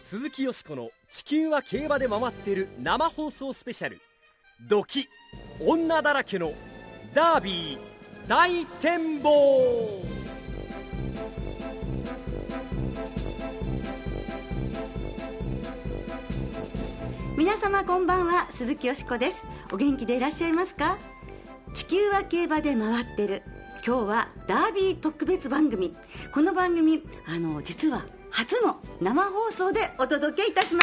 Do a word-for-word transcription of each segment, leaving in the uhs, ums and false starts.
鈴木よしこの地球は競馬で回ってる生放送スペシャル、ドキ女だらけのダービー大展望。 皆様こんばんは、鈴木よしこです。お元気でいらっしゃいますか？地球は競馬で回ってる。今日はダービー特別番組。この番組、あの実は初の生放送でお届けいたします。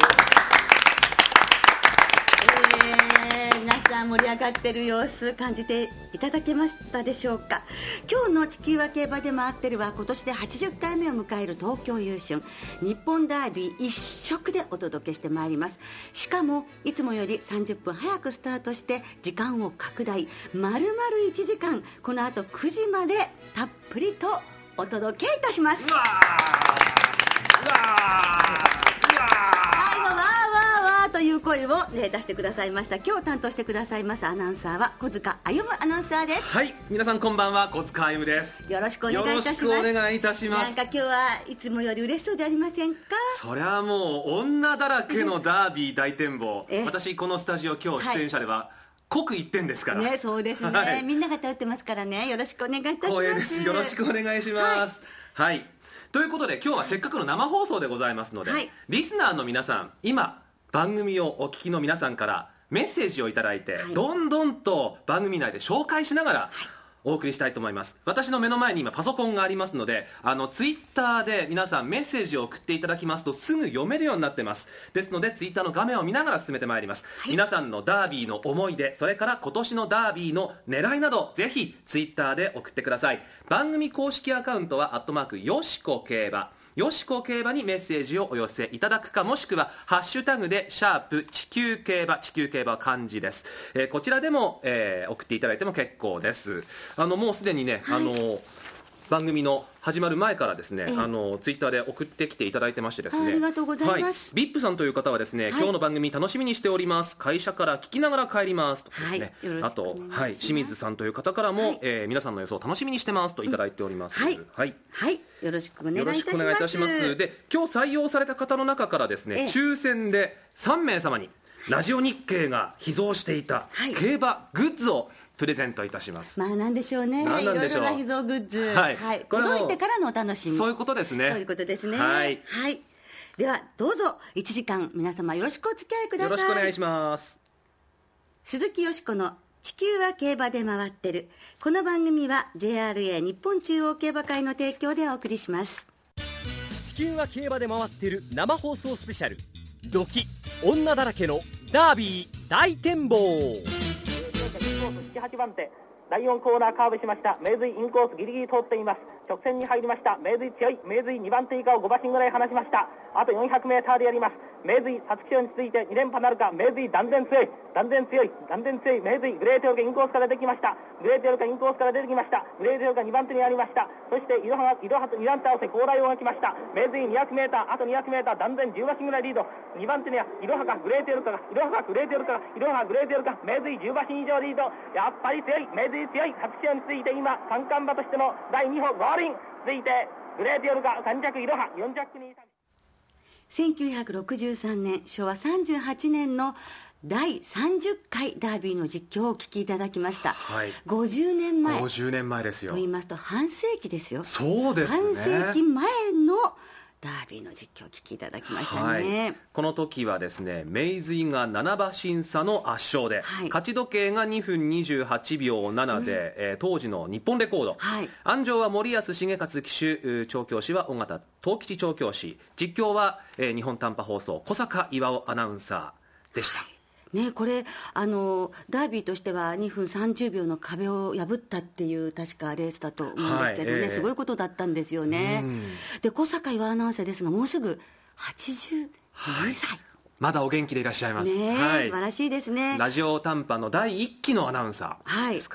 えー、皆さん盛り上がってる様子感じていただけましたでしょうか？今日の地球は競馬で回ってるは今年ではちじゅっかいめを迎える東京優春日本ダービー一色でお届けしてまいります。しかもいつもよりさんじゅっぷん早くスタートして時間を拡大、丸々いちじかん、この後くじまでたっぷりとお届けいたします。 うわーうわーうわはい、もうわーわーわーという声を、ね、出してくださいました。今日担当してくださいますアナウンサーは小塚歩アナウンサーです。 はい、皆さんこんばんは、小塚歩です。 よろしくお願いいたします。 よろしくお願いいたします。 なんか今日はいつもより嬉しそうじゃありませんか？ そりゃもう女だらけのダービー大展望え私このスタジオ今日出演者では刻一点ですから、 ね、そうですね、 はい、 みんなが頼ってますからね、よろしくお願いいたします。 光栄です。よろしくお願いします。はい、はい、ということで今日はせっかくの生放送でございますので、はい、リスナーの皆さん、今番組をお聞きの皆さんからメッセージをいただいて、はい、どんどんと番組内で紹介しながら、はい、お送りしたいと思います。私の目の前に今パソコンがありますので、あのツイッターで皆さんメッセージを送っていただきますとすぐ読めるようになってます。ですのでツイッターの画面を見ながら進めてまいります、はい、皆さんのダービーの思い出、それから今年のダービーの狙いなどぜひツイッターで送ってください。番組公式アカウントはアットマークよしこ競馬、よしこ競馬にメッセージをお寄せいただくか、もしくはハッシュタグでシャープ地球競馬、地球競馬は漢字です、えー、こちらでも、えー、送っていただいても結構です。あのもうすでにね、はい、あの番組の始まる前からですね、あのツイッターで送ってきていただいてましてですね、 ありがとうございます、 はい、ビップ さんという方はですね、はい、今日の番組楽しみにしております、会社から聞きながら帰りますとかですね、はい、あと、はい、清水さんという方からも、はい、えー、皆さんの予想楽しみにしてますといただいております、うん、はい、はい、はい、 よろしくお願いいたします。 よろしくお願いいたします。で、今日採用された方の中からですね、抽選でさんめい様にラジオ日経が秘蔵していた競馬グッズをプレゼントいたします。 まあなんでしょうね、 何なんでしょう、 いろいろな秘蔵グッズ、 はいはい、届いてからのお楽しみ、 そういうことですね。 そういうことですね、 はい、 はい、ではどうぞいちじかん皆様よろしくお付き合いください。 よろしくお願いします。 鈴木よしこの地球は競馬で回ってる。この番組は ジェイアールエー 日本中央競馬会の提供でお送りします。 地球は競馬で回ってる生放送スペシャル、ドキ女だらけのダービー大展望。 なな、はちばん手、だいよんコーナーカーブしました。明髄インコースギリギリ通っています。直線に入りました。明髄強い。明髄にばん手以下をごばしんぐらい離しました。あと よんひゃくメーター でやります。明髄皐月賞に続いてに連覇なるか。明髄断然強い、断然強い、断然強い。明髄グレーテオルカインコースから出てきました。グレーテオルカインコースから出てきました。グレーテオルカにばん手にありました。そしていろはがいろはとに段倒せ高麗王が来ました。明髄 にひゃくメーター、あと にひゃくメーター 断然じゅうばしんぐらいリード。にばん手にはいろはかグレーテオルカが、いろはかグレーテオルカが、いろはかグレーテオルカ、明髄じゅうばしん以上リード。やっぱり強い、明髄強い。皐月賞に続いて今三冠馬としてのだいに歩ゴールイン。続いてグレーテオルカ、さん着いろは、よん着にせんきゅうひゃくろくじゅうさんねん、しょうわさんじゅうはちねんのだいさんじゅっかいダービーの実況をお聞きいただきました、はい、ごじゅうねんまえごじゅうねんまえですよ。 と言いますと半世紀ですよ。 そうですね、 半世紀前のダービーの実況をお聞きいただきましたね、はい、 この時はですね、明髄がなな馬身差の圧勝で、はい、勝ち時計がにふんにじゅうはちびょうななで、うん、えー、当時の日本レコード、はい、安城は森保重勝騎手、調教師は尾形藤吉調教師、実況は、えー、日本短波放送小坂巌アナウンサーでした、はいね、これあのダービーとしてはにふんさんじゅうびょうの壁を破ったっていう確かレースだと思うんですけどね、はい、えー、すごいことだったんですよね。で小坂巌アナウンサーですがもうすぐはちじゅうにさい、はい、 まだお元気でいらっしゃいます、 ね、はい、素晴らしいですね。 ラジオ短波のだいいっきのアナウンサーですから、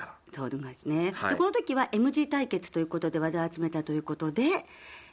はい、そうですね、 はい、 でこの時は エムジー 対決ということで話題を集めたということで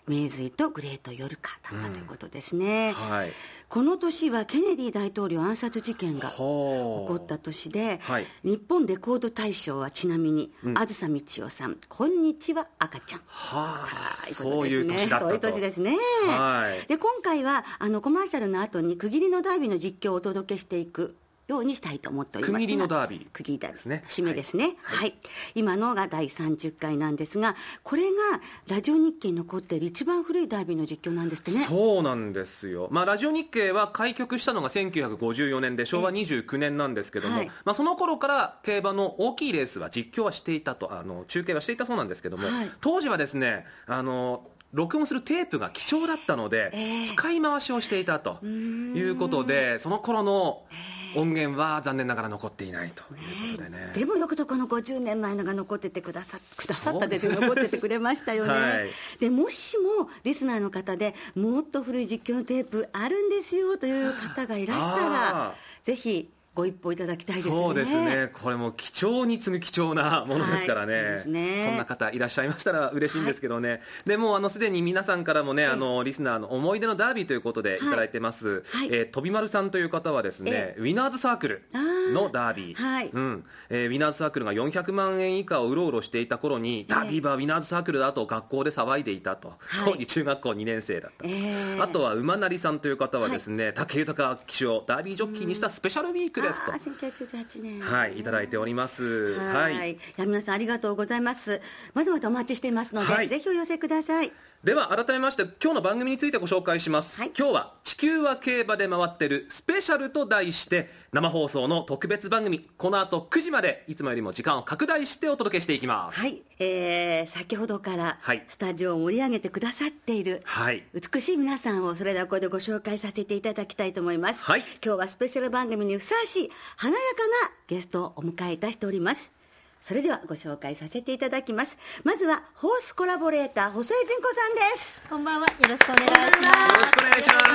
名水とグレートヨルカだったということですね、 うん、はい、 この年はケネディ大統領暗殺事件が起こった年で、はい、日本レコード大賞はちなみに、うん、あずさみちおさん、こんにちは赤ちゃん、 はあ、そういう年だったと。 そういう年ですね、はい、で今回はあのコマーシャルの後に区切りのダービーの実況をお届けしていくようにしたいと思っておりますが、 区切りのダービー、 区切りダービーですね、締めですね、はいはい、今のがだいさんじゅっかいなんですが、これがラジオ日経に残っている一番古いダービーの実況なんですってね。 そうなんですよ、まあ、ラジオ日経は開局したのがせんきゅうひゃくごじゅうよねんでしょうわにじゅうきゅうねんなんですけども、はい、まあ、その頃から競馬の大きいレースは実況はしていたと、あの中継はしていたそうなんですけども、はい、当時はですね、あの録音するテープが貴重だったので、えー、使い回しをしていたということで、その頃の音源は残念ながら残っていないということでね、 ね、でもよくとこのごじゅうねんまえのが残っててくださくださったですよ、残っててくれましたよね、はい、でもしもリスナーの方でもっと古い実況のテープあるんですよという方がいらしたらぜひご一報いただきたいですね。 そうですね、これも貴重に次ぐ貴重なものですからね、はい、 そ, ですね、そんな方いらっしゃいましたら嬉しいんですけどね、はい、でもあのすでに皆さんからもね、あのリスナーの思い出のダービーということでいただいてます、はい、えー、飛丸さんという方はですね、ウィナーズサークルのダービー、はい、うん、えー、ウィナーズサークルがよんひゃくまんえん以下をうろうろしていた頃に、ダービーはウィナーズサークルだと学校で騒いでいたと、はい、当時中学校にねん生だった、えー、あとは馬成さんという方はですね、はい、武豊騎手をダービージョッキーにしたスペシャルウィークですと、はい、いただいております。 はい、はい、いや皆さんありがとうございます。まだまだお待ちしていますので、はい、ぜひお寄せください。 では改めまして今日の番組についてご紹介します、はい、今日は地球は競馬で回ってるスペシャルと題して生放送の特別番組、この後くじまでいつもよりも時間を拡大してお届けしていきます。 はい、えー、先ほどからスタジオを盛り上げてくださっている、はい、美しい皆さんをそれではここでご紹介させていただきたいと思います、はい、今日はスペシャル番組にふさわしい華やかなゲストをお迎えいたしております。それではご紹介させていただきます。まずはホースコラボレーター細江純子さんです。 こんばんは、よろしくお願いします。よろしくお願いします。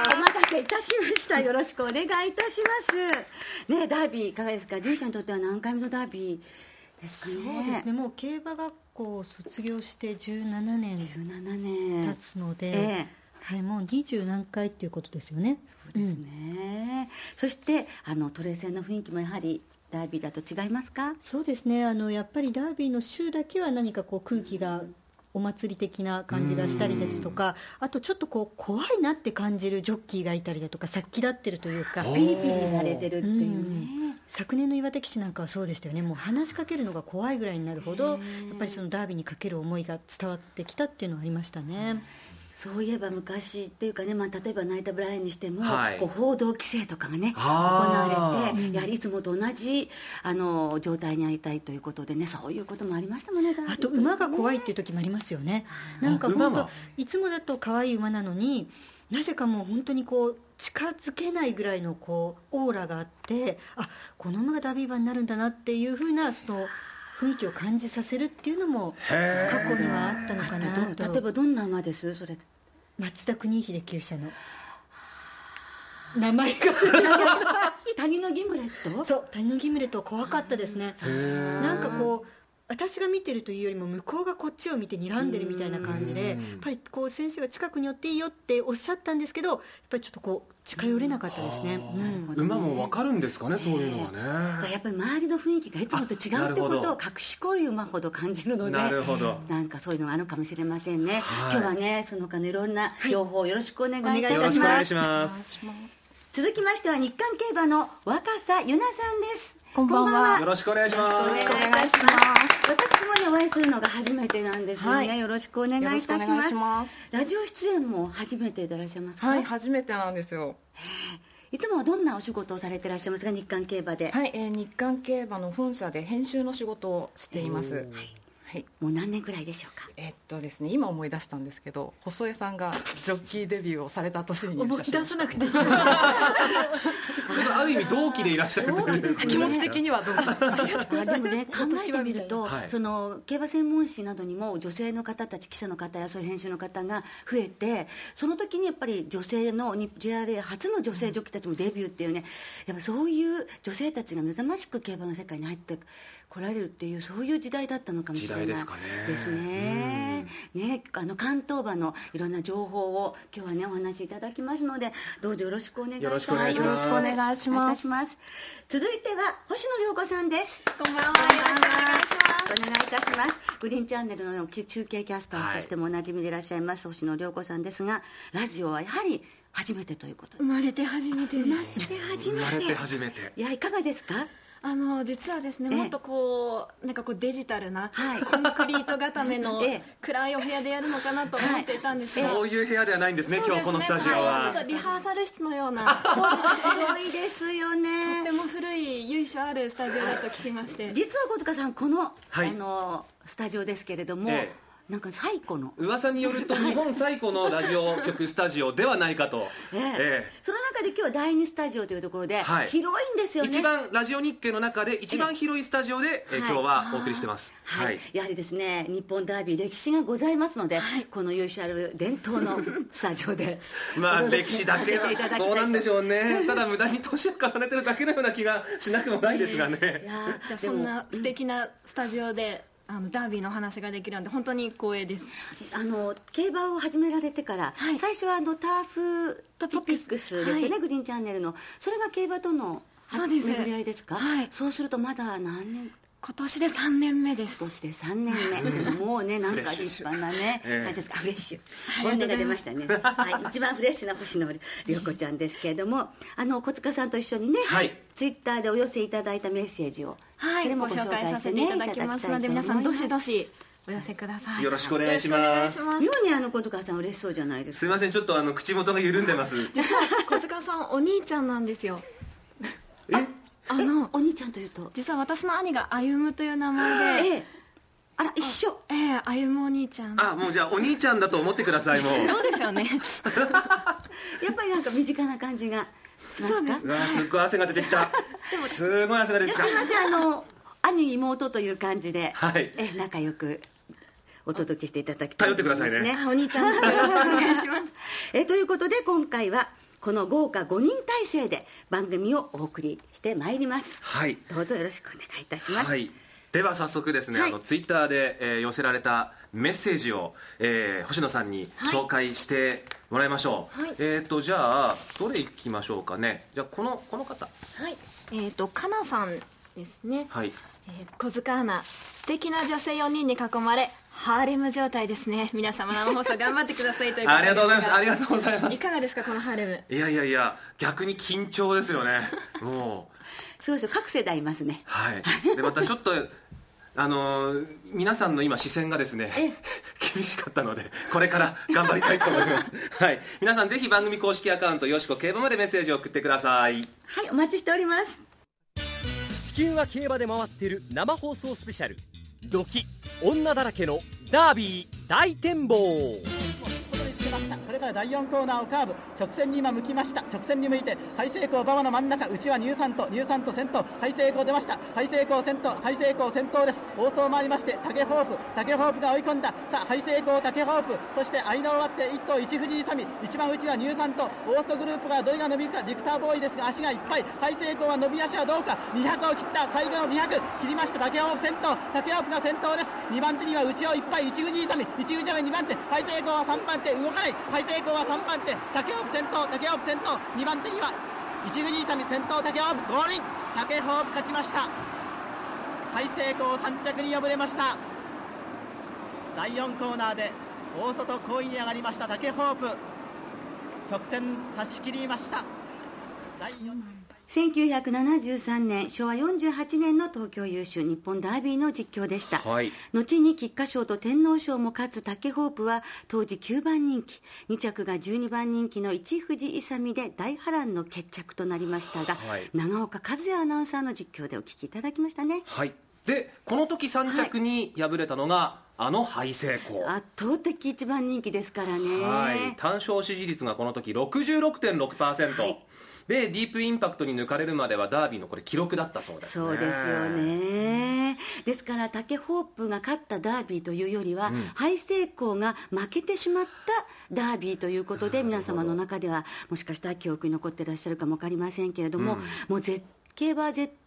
お待たせいたしました。よろしくお願いいたしますね。ダービーいかがですか。純ちゃんにとっては何回目のダービーですかね。 そうですね、もう競馬学校を卒業してじゅうななねん経つので、えーはい、もうにじゅう何回っていうことですよね。 そうですね、うん、そしてあのトレー戦の雰囲気もやはりダービーだと違いますか。 そうですね、あのやっぱりダービーの週だけは何かこう空気がお祭り的な感じがしたりですとか、あとちょっとこう怖いなって感じるジョッキーがいたりだとか、殺気立ってるというかピリピリされてるっていうね。 昨年の岩手騎手なんかはそうでしたよね。もう話しかけるのが怖いぐらいになるほどやっぱりそのダービーにかける思いが伝わってきたっていうのはありましたね。 そういえば昔っていうかね、まあ、例えばナイトブラインにしても、はい、こう報道規制とかがね行われて、やはりいつもと同じあの状態にありたいということでね、そういうこともありましたもんね。 あと馬が怖いっていう時もありますよね。なんか本当いつもだと可愛い馬なのになぜかもう本当にこう近づけないぐらいのこうオーラがあって、あ、この馬がダービー馬になるんだなっていう風なその雰囲気を感じさせるっていうのも過去にはあったのかなと。 例えばどんな馬です？それ松田邦秀厩舎の名前が谷のギムレット。 そう、谷のギムレット怖かったですね。なんかこう私が見てるというよりも向こうがこっちを見て睨んでるみたいな感じで、やっぱりこう先生が近くに寄っていいよっておっしゃったんですけど、やっぱりちょっとこう近寄れなかったですね、 うん、馬も分かるんですかね、そういうのはね。 やっぱり周りの雰囲気がいつもと違うってことを隠しこういう馬ほど感じるので、 なるほど、 なんかそういうのがあるかもしれませんね、はい、今日はねその他のいろんな情報をよろしくお願いいたします。よろしくお願いします。続きましては日刊競馬の若狭由奈さんです。 こんばんは。 よろしくお願いします。 よろしくお願いします。私もねお会いするのが初めてなんですよね、はい、よろしくお願いいたします。ますラジオ出演も初めてでいらっしゃいますか？ はい、初めてなんですよ。 いつもはどんなお仕事をされていらっしゃいますか？日刊競馬で。 はい、えー、日刊競馬の本社で編集の仕事をしています。はいはい、もう何年くらいでしょうか？ えー、っとですね、今思い出したんですけど、細江さんがジョッキーデビューをされた年に入社しました。 思い出さなくていいある意味同期でいらっしゃるという、 ね、気持ち的には同期あでもね考えてみると、はい、その競馬専門誌などにも女性の方たち、記者の方やそういう編集の方が増えて、その時にやっぱり女性の ジェイアールエー 初の女性ジョッキーたちもデビューっていうね、やっぱそういう女性たちが目覚ましく競馬の世界に入って来られるっていうそういう時代だったのかもしれない時代ですかね。 ですね。ね、あの関東馬のいろんな情報を今日はねお話しいただきますので、どうぞよろしくお願いいたします。 よろしくお願いします。 よろしくお願いします。続いては星野涼子さんです。 こんばんは。よろしくお願いします。 お願いいたします。グリーンチャンネルの中継キャスターとしてもおなじみでいらっしゃいます、はい、星野涼子さんですが、ラジオはやはり初めてということで。 生まれて初めてです。 生まれて初めて。 生まれて初めて。 いや、いかがですか？ あの実はですね、もっとこうなんかこうデジタルな、 はい、 コンクリート固めの暗いお部屋でやるのかなと思っていたんですが、 そういう部屋ではないんですね、今日このスタジオは、 はい、ちょっとリハーサル室のような広いですよね。 とっても古い由緒あるスタジオだと聞きまして、 実は小塚さんこの、 はい、 あのスタジオですけれども、ええ、なんか最古の噂によると日本最古のラジオ局スタジオではないかと、 ええええ、その中で今日はだいにスタジオというところで、はい、広いんですよね。 一番ラジオ日経の中で一番広いスタジオで、ええ、今日はお送りしてます、 はいはい、やはりですね、日本ダービー歴史がございますので、はい、この由緒ある伝統のスタジオでまあ歴史だけはどうなんでしょうね。ただ無駄に年を重ねてるだけのような気がしなくもないですがね、えー、 いやじゃあそんな素敵なスタジオで、あのダービーの話ができるので本当に光栄です。 あの競馬を始められてから、はい、最初はあのターフトピックスですよね、はい、グリーンチャンネルの。それが競馬とのそうです巡り合いですか？はい、そうするとまだ何年？ 今年でさんねんめです。 今年でさんねんめでももうね、なんか立派なね、えー、ですか、フレッシュ本音が出ましたね、はい、一番フレッシュな星野涼子ちゃんですけれども、あの小塚さんと一緒にね、はい、ツイッターでお寄せいただいたメッセージを、 はい、それもご紹介させていただきますので、皆さんどしどしお寄せください。 よろしくお願いします。 妙にあの小塚さん嬉しそうじゃないですか。 すいません、ちょっとあの口元が緩んでます。 実は小塚さんお兄ちゃんなんですよ。 えあのお兄ちゃんというと、 実は私の兄が歩夢という名前で、 ええ、あら一緒。 ええ、歩夢お兄ちゃん。 あ、もうじゃあお兄ちゃんだと思ってください。もうどうでしょうねやっぱりなんか身近な感じがしますか？そうです。 うわ、すっごい汗が出てきたすごい汗が出てきた。 すいません、あの兄妹という感じで、 はい、 え仲良くお届けしていただきたいと思いますね。頼ってくださいね。 お兄ちゃんよろしくお願いしますえということで今回はこの豪華ごにん体制で番組をお送りしてまいります、 はい、 どうぞよろしくお願いいたします、 はい、では早速ですね、はい、あのツイッターで、えー、寄せられたメッセージを、えー、星野さんに紹介してもらいましょう、はい、えーとじゃあどれいきましょうかね。じゃあこのこの方、 はい、えーとかなさんですね、 はい、 えー、小塚アナ、素敵な女性よにんに囲まれハーレム状態ですね。皆様生放送頑張ってくださいということでありがとうございます。ありがとうございます。 いかがですかこのハーレム。 いやいやいや、逆に緊張ですよねもうそうそう、各世代いますね。 はい。でまたちょっとあのー、皆さんの今視線がですね厳しかったのでこれから頑張りたいと思いますはい、皆さんぜひ番組公式アカウントよしこ競馬までメッセージを送ってください。 はい、お待ちしております。 地球は競馬で回っている生放送スペシャル、ドキ女だらけのダービー大展望。 これからだいよんコーナーをカーブ、直線に今向きました。直線に向いてハイセイコー馬場の真ん中、内は乳酸と乳酸と先頭、ハイセイコー出ました。ハイセイコー先頭、ハイセイコー先頭です。大走回りまして竹ホープ、竹ホープが追い込んだ。さあハイセイコー竹ホープ、そして間を割っていっ頭一藤井勇美、一番内は乳酸とオーストグループがどれが伸びるか。ディクターボーイですが足がいっぱい。ハイセイコーは伸び足はどうか。にひゃくを切った。最後のにひゃく切りました。竹ホープ先頭、竹ホープが先頭です。にばん手には内をいっぱい一藤井勇美、一藤井勇美にばん手、ハイセイコーはさんばん手動かない。ハイセイコーはさんばん手、竹ホープ先頭、竹ホープ先頭、にばん手には一藤井勇美先頭、竹ホープゴールイン、竹ホープ勝ちました。ハイセイコーさん着に敗れました。だいよんコーナーで大外後位に上がりました竹ホープ、直線差し切りました。 せんきゅうひゃくななじゅうさんねん、しょうわよんじゅうはちねんの東京優秀日本ダービーの実況でした、 はい、 後に菊花賞と天皇賞も勝つ竹ホープは当時きゅうばん人気、に着がじゅうにばん人気の一藤井勇で大波乱の決着となりましたが、はい、長岡和也アナウンサーの実況でお聞きいただきましたね。 はい、でこの時さん着に敗れたのが、はい、あのハイセイコー、 圧倒的一番人気ですからね。 はい、単勝支持率がこの時 ろくじゅうろくてんろくパーセント、はい、でディープインパクトに抜かれるまではダービーのこれ記録だったそうですね。 そうですよね。ですから竹ホープが勝ったダービーというよりは、うん、ハイセイコーが負けてしまったダービーということで、皆様の中ではもしかしたら記憶に残ってらっしゃるかも分かりませんけれども、うん、もう絶競馬は絶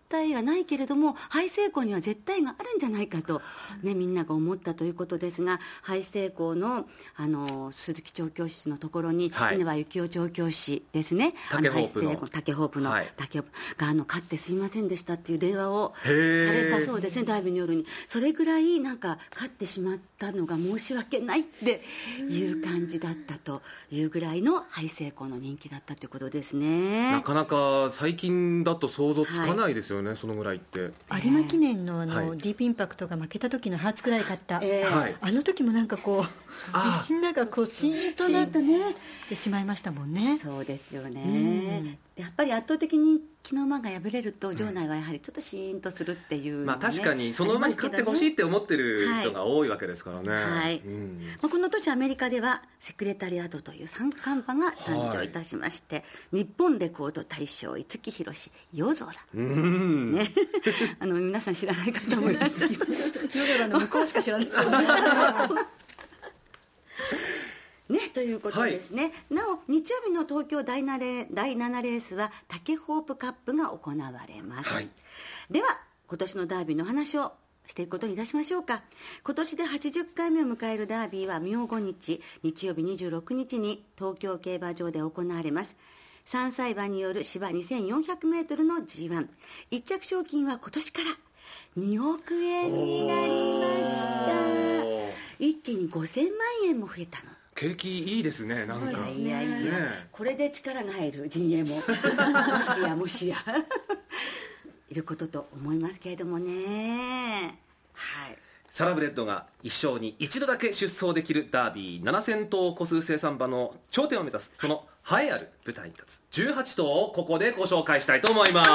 対がないけれどもハイセイコーには絶対があるんじゃないかと、ね、みんなが思ったということですが、ハイセイコーの、あの鈴木調教師のところに、はい、稲葉幸雄調教師ですね、 竹ホープの竹ホープの、はい、竹ホープがあの勝ってすいませんでしたっていう電話をされたそうですね、ダービーの夜に。それぐらいなんか勝ってしまったのが申し訳ないっていう感じだったというぐらいのハイセイコーの人気だったということですね。 なかなか最近だと想像つかないですよね、はい、そのぐらいって。 有馬記念 の, あの、 はい、 ディープインパクトが負けた時のハーツクライ買った、 えーはい、 あの時もなんかこうみんながこうシーンとなってねってしまいましたもんね。 そうですよね、やっぱり圧倒的に昨日馬が敗れると場内はやはりちょっとシーンとするっていう、ね、 まあ、確かにその馬に勝ってほしいって思ってる人が多いわけですからね、 はいうん、まあ、この年アメリカではセクレタリアードという三冠馬が誕生いたしまして、はい、日本レコード大賞五木ひろし夜空、うん、ね、あの皆さん知らない方もいらっしゃる夜空の向こうしか知らないですよねね、ということですね、はい、なお日曜日の東京第なレだいななレースは竹ホープカップが行われます、はい、では今年のダービーの話をしていくことにいたしましょうか。今年ではちじゅっかいめを迎えるダービーは明後日日曜日にじゅうろくにちに東京競馬場で行われます。さんさい馬による芝 にせんよんひゃくメートル の ジーワン、 一着賞金は今年からにおくえんになりました。一気にごせんまんえんも増えたの。 景気いいですね。なんかいやいやいや、ね、これで力が入る陣営ももしやもしやいることと思いますけれどもね。はい、 サラブレッドが一生に一度だけ出走できるダービーななせんとう個数生産馬の頂点を目指すその栄えある舞台に立つじゅうはちとうをここでご紹介したいと思います。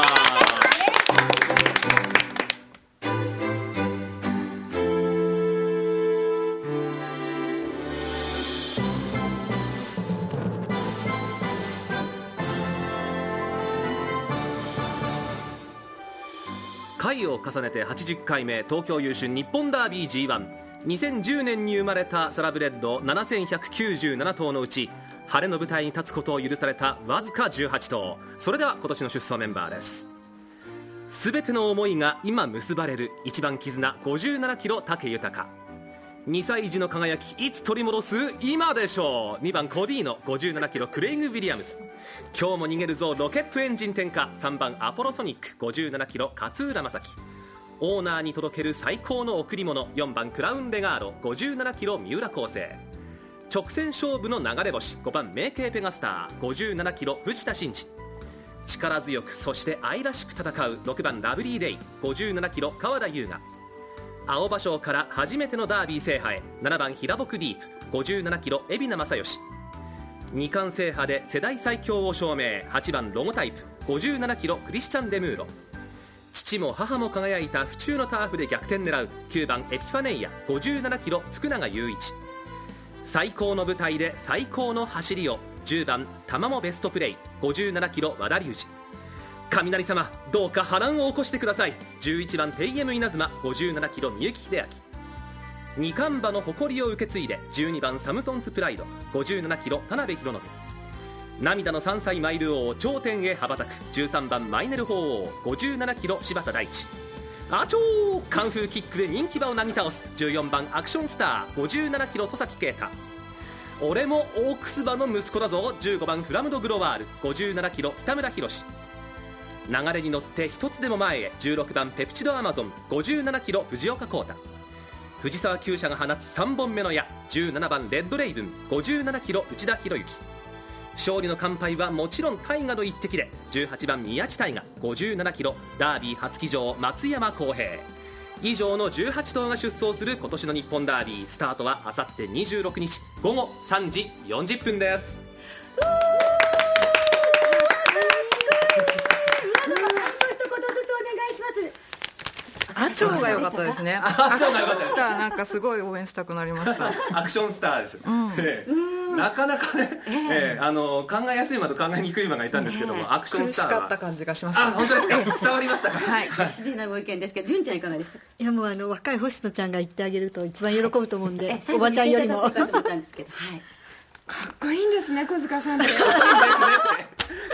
回を重ねてはちじゅっかいめ東京優駿日本ダービー ジーワン、 にせんじゅうねんに生まれたサラブレッドななせんひゃくきゅうじゅうななとうのうち晴れの舞台に立つことを許されたわずかじゅうはちとう。それでは今年の出走メンバーです。すべての思いが今結ばれるいちばん絆ごじゅうななキロ武豊、にさい児の輝きいつ取り戻す今でしょう。にばんコディーノごじゅうななキロクレイグ・ウィリアムズ、今日も逃げるぞロケットエンジン点火さんばんアポロソニックごじゅうななキロ勝浦正樹、オーナーに届ける最高の贈り物よんばんクラウンレガードごじゅうななキロ三浦康生、直線勝負の流れ星ごばんメイケイペガスターごじゅうななキロ藤田真二、力強くそして愛らしく戦うろくばんラブリーデイごじゅうななキロ川田優雅、青葉賞から初めてのダービー制覇へななばん平僕ディープごじゅうななキロ海老名正義、に冠制覇で世代最強を証明はちばんロゴタイプごじゅうななキロクリスチャン・デムーロ、父も母も輝いた府中のターフで逆転狙うきゅうばんエピファネイアごじゅうななキロ福永雄一、最高の舞台で最高の走りをじゅうばん玉もベストプレイごじゅうななキロ和田龍二、雷様どうか波乱を起こしてくださいじゅういちばんテイエム稲妻ごじゅうななキロみゆき秀明、二冠馬の誇りを受け継いでじゅうにばんサムソンズプライドごじゅうななキロ田辺博信、涙のさんさいマイル王頂点へ羽ばたくじゅうさんばんマイネル鳳凰ごじゅうななキロ柴田大地、あちょーカンフーキックで人気馬をなぎ倒すじゅうよんばんアクションスターごじゅうななキロ戸崎啓太、俺もオークス馬の息子だぞじゅうごばんフラムドグロワールごじゅうななキロ北村博、流れに乗って一つでも前へじゅうろくばんペプチドアマゾンごじゅうななキロ藤岡浩太、藤沢厩舎が放つさんぼんめの矢じゅうななばんレッドレイブンごじゅうななキロ内田博之、勝利の乾杯はもちろん大河の一滴でじゅうはちばん宮地大河ごじゅうななキロダービー初騎乗松山康平、以上のじゅうはちとうが出走する今年の日本ダービー、スタートはあさってにじゅうろくにちごごさんじよんじゅっぷんです。 アチョーが良かったですね。アクションスターなんかすごい応援したくなりました。 アクションスターです、うんええ、なかなかね、えーえー、あの考えやすい馬と考えにくい馬がいたんですけども、えー、アクションスターは苦しかった感じがしました。 あ、本当ですか、えー、伝わりましたか。 はい、シビアなご意見ですけど、純ちゃんいかがでしたか。 いやもうあの若い星野ちゃんが言ってあげると一番喜ぶと思うんで、はい、おばちゃんよりもかっこいいんですね小塚さんって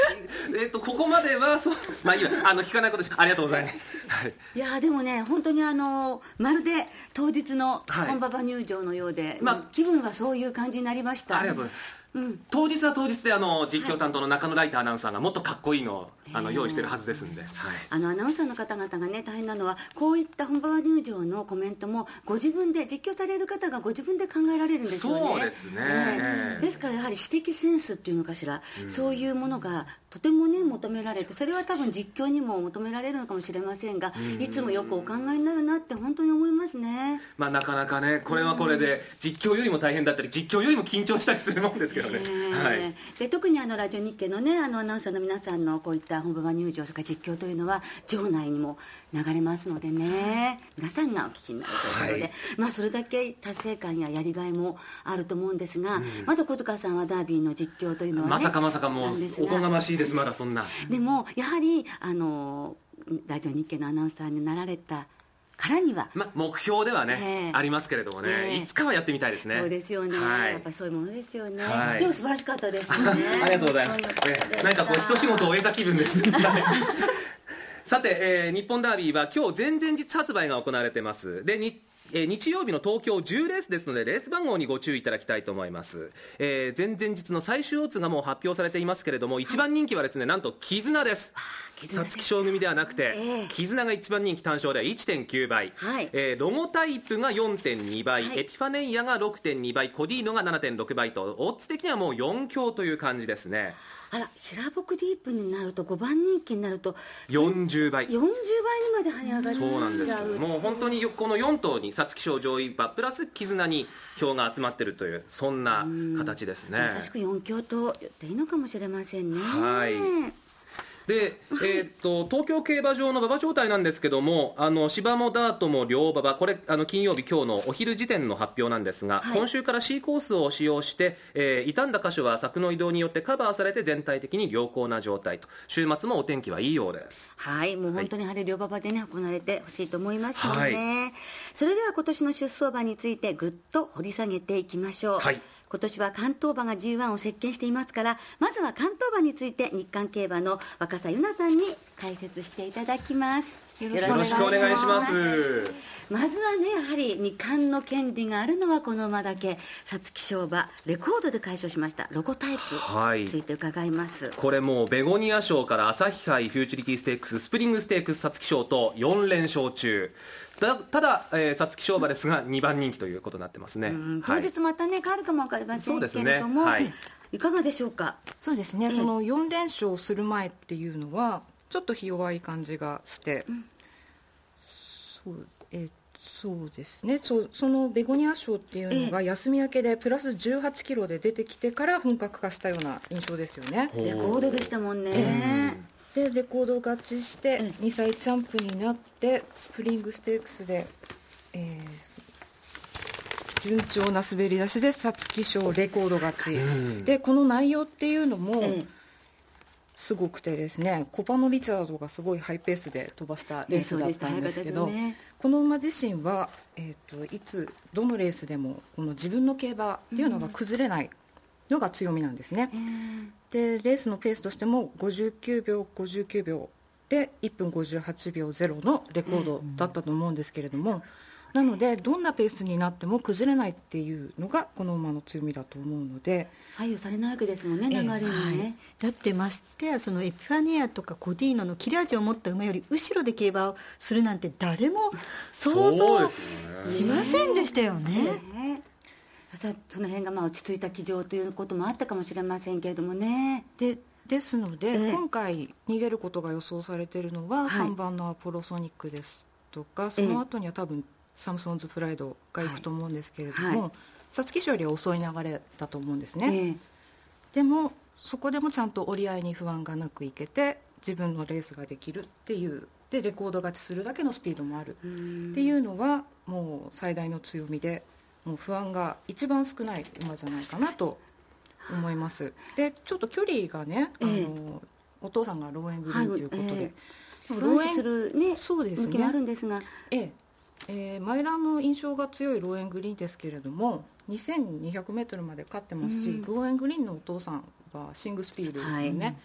えっとここまではそう、まあいいわ、あの聞かないことしありがとうございます。はい。 いやでもね本当にあのまるで当日の本馬場入場のようで、はい、まあ、気分はそういう感じになりました。 ありがとうございます。うん、当日は当日であの実況担当の中野ライターアナウンサーがもっとかっこいいのをあの用意してるはずですんで、はい、 あのアナウンサーの方々がね大変なのはこういった本場入場のコメントもご自分で実況される方がご自分で考えられるんですよね。 そうですね、 えー、ですからやはり指摘センスっていうのかしら、うん、そういうものがとてもね求められて、それは多分実況にも求められるのかもしれませんが、いつもよくお考えになるなって本当に思いますね。 まあなかなかねこれはこれで実況よりも大変だったり実況よりも緊張したりするもんですけどね、えーはい、 で特にあのラジオ日経のねあのアナウンサーの皆さんのこういった本場入場とか実況というのは場内にも流れますのでね、皆さんがお聞きになるということで、はい、まあそれだけ達成感ややりがいもあると思うんですが、うん、まだ小塚さんはダービーの実況というのは、ね、 まさかまさかもうおこがましいです。まだそんなでもやはりあのラジオ日経のアナウンサーになられたからには、 ま、目標ではね、えー、ありますけれどもね、えー、いつかはやってみたいですね。 そうですよね、はい、やっぱそういうものですよね、 はい、 でも素晴らしかったですね。 ありがとうございます。何かこう一仕事を終えた気分ですさて、えー、日本ダービーは今日前々日発売が行われています。でにえー、日曜日の東京じゅうレースですのでレース番号にご注意いただきたいと思います。えー、前々日の最終オッズがもう発表されていますけれども、一番人気はですね、なんと絆です。皐月賞組ではなくて、えー、絆が一番人気、単勝で いってんきゅうばい、はい、えー、ロゴタイプが よんてんにばい、はい、エピファネイアが ろくてんにばい、コディーノが ななてんろくばいとオッズ的にはもうよん強という感じですね。 あら、平僕ディープになるとごばん人気になるとよんじゅうばいよんじゅうばいにまで跳ね上がっちゃう。 そうなんです。もう本当にこのよん頭に皐月賞上位馬プラス絆に票が集まっているというそんな形ですね。 まさしくよん強と言っていいのかもしれませんね。 はい。で、えー、っと東京競馬場の馬場状態なんですけども、あの芝もダートも両馬場、これあの金曜日今日のお昼時点の発表なんですが、はい、今週から C コースを使用して、えー、傷んだ箇所は柵の移動によってカバーされて全体的に良好な状態と、週末もお天気はいいようです。 はい、もう本当に晴れ両馬場でね行われてほしいと思いますので、はい、それでは今年の出走馬についてぐっと掘り下げていきましょう。はい、今年は関東馬が ジーワン を席巻していますから、まずは関東馬について日刊競馬の若狭由奈さんに解説していただきます。 よろしくお願いします。 まずはね、やはり二冠の権利があるのはこの馬だけ、皐月賞馬レコードで快勝しましたロゴタイプについて伺います。 はい、これもうベゴニア賞から朝日杯フューチュリティステークス、スプリングステークス、皐月賞とよん連勝中。た, ただ、えー、皐月賞馬ですがにばん人気ということになってますね。 当日またね、はい、変わるかも分かりませんけれども、ね、はい、いかがでしょうか。 そうですね、そのよん連勝する前っていうのはちょっとひ弱い感じがして、うん、そうえーそうですね、 そ, そのベゴニア賞っていうのが休み明けでプラスじゅうはちキロで出てきてから本格化したような印象ですよね。 レコードでしたもんね。 でレコード勝ちしてにさいチャンプになってスプリングステークスで、えー、順調な滑り出しで皐月賞レコード勝ち、うん、でこの内容っていうのもすごくてですね、コパノ・リチャードがすごいハイペースで飛ばしたレースだったんですけど、ね、この馬自身は、えーと、いつどのレースでもこの自分の競馬っていうのが崩れないのが強みなんですね。うん、でレースのペースとしてもごじゅうきゅうびょうごじゅうきゅうびょうでいっぷんごじゅうはちびょうゼロのレコードだったと思うんですけれども、なのでどんなペースになっても崩れないっていうのがこの馬の強みだと思うので、 左右されないわけですもんね、流れにね、はい、 だってましてやそのエピファニアとかコディーノの切れ味を持った馬より後ろで競馬をするなんて誰も想像しませんでしたよね。ね、 その辺がまあ落ち着いた騎乗ということもあったかもしれませんけれどもね。 でですので、えー、今回逃げることが予想されているのは、はい、さんばんのアポロソニックですとか、その後には多分サムソンズプライドが行くと思うんですけれども、皐月賞よりは遅い流れだと思うんですね。えー、でもそこでもちゃんと折り合いに不安がなくいけて自分のレースができるっていう、でレコード勝ちするだけのスピードもあるっていうのはもう最大の強みで、もう不安が一番少ない馬じゃないかなと思います。でちょっと距離がね、あの、えー、お父さんがローエングリーンということで、はい、えー、ローエンする、ね、そうですね、向きもあるんですが、 えーえー、マイランの印象が強いローエングリーンですけれどもにせんにひゃくメートルまで勝ってますし、うん、ローエングリーンのお父さんはシングスピールですよね。はい、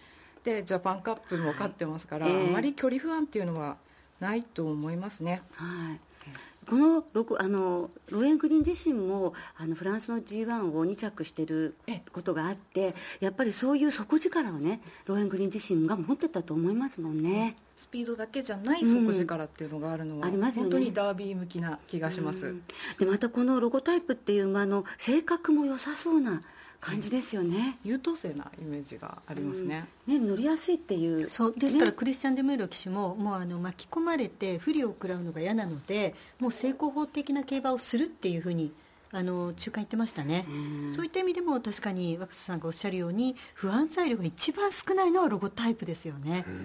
してジャパンカップも勝ってますから、はい、えー、あまり距離不安っていうのはないと思いますね。 はい、このあのローエングリーン自身もあのフランスの ジーワン をに着してることがあって、やっぱりそういう底力をねローエングリーン自身が持ってたと思いますもんね。 スピードだけじゃない底力っていうのがあるのは、うん、ありますよね。本当にダービー向きな気がします、うん、 でまたこのロゴタイプっていう馬の性格も良さそうな感じですよね。 優等生なイメージがありますね。 うん、ね乗りやすいっていう。 そうですから、ね、クリスチャン・デメール騎手ももうあの巻き込まれて不利を食らうのが嫌なので、もう成功法的な競馬をするっていうふうにあの中間言ってましたね。うん、そういった意味でも確かに若狭さんがおっしゃるように不安材料が一番少ないのはロゴタイプですよね。うん、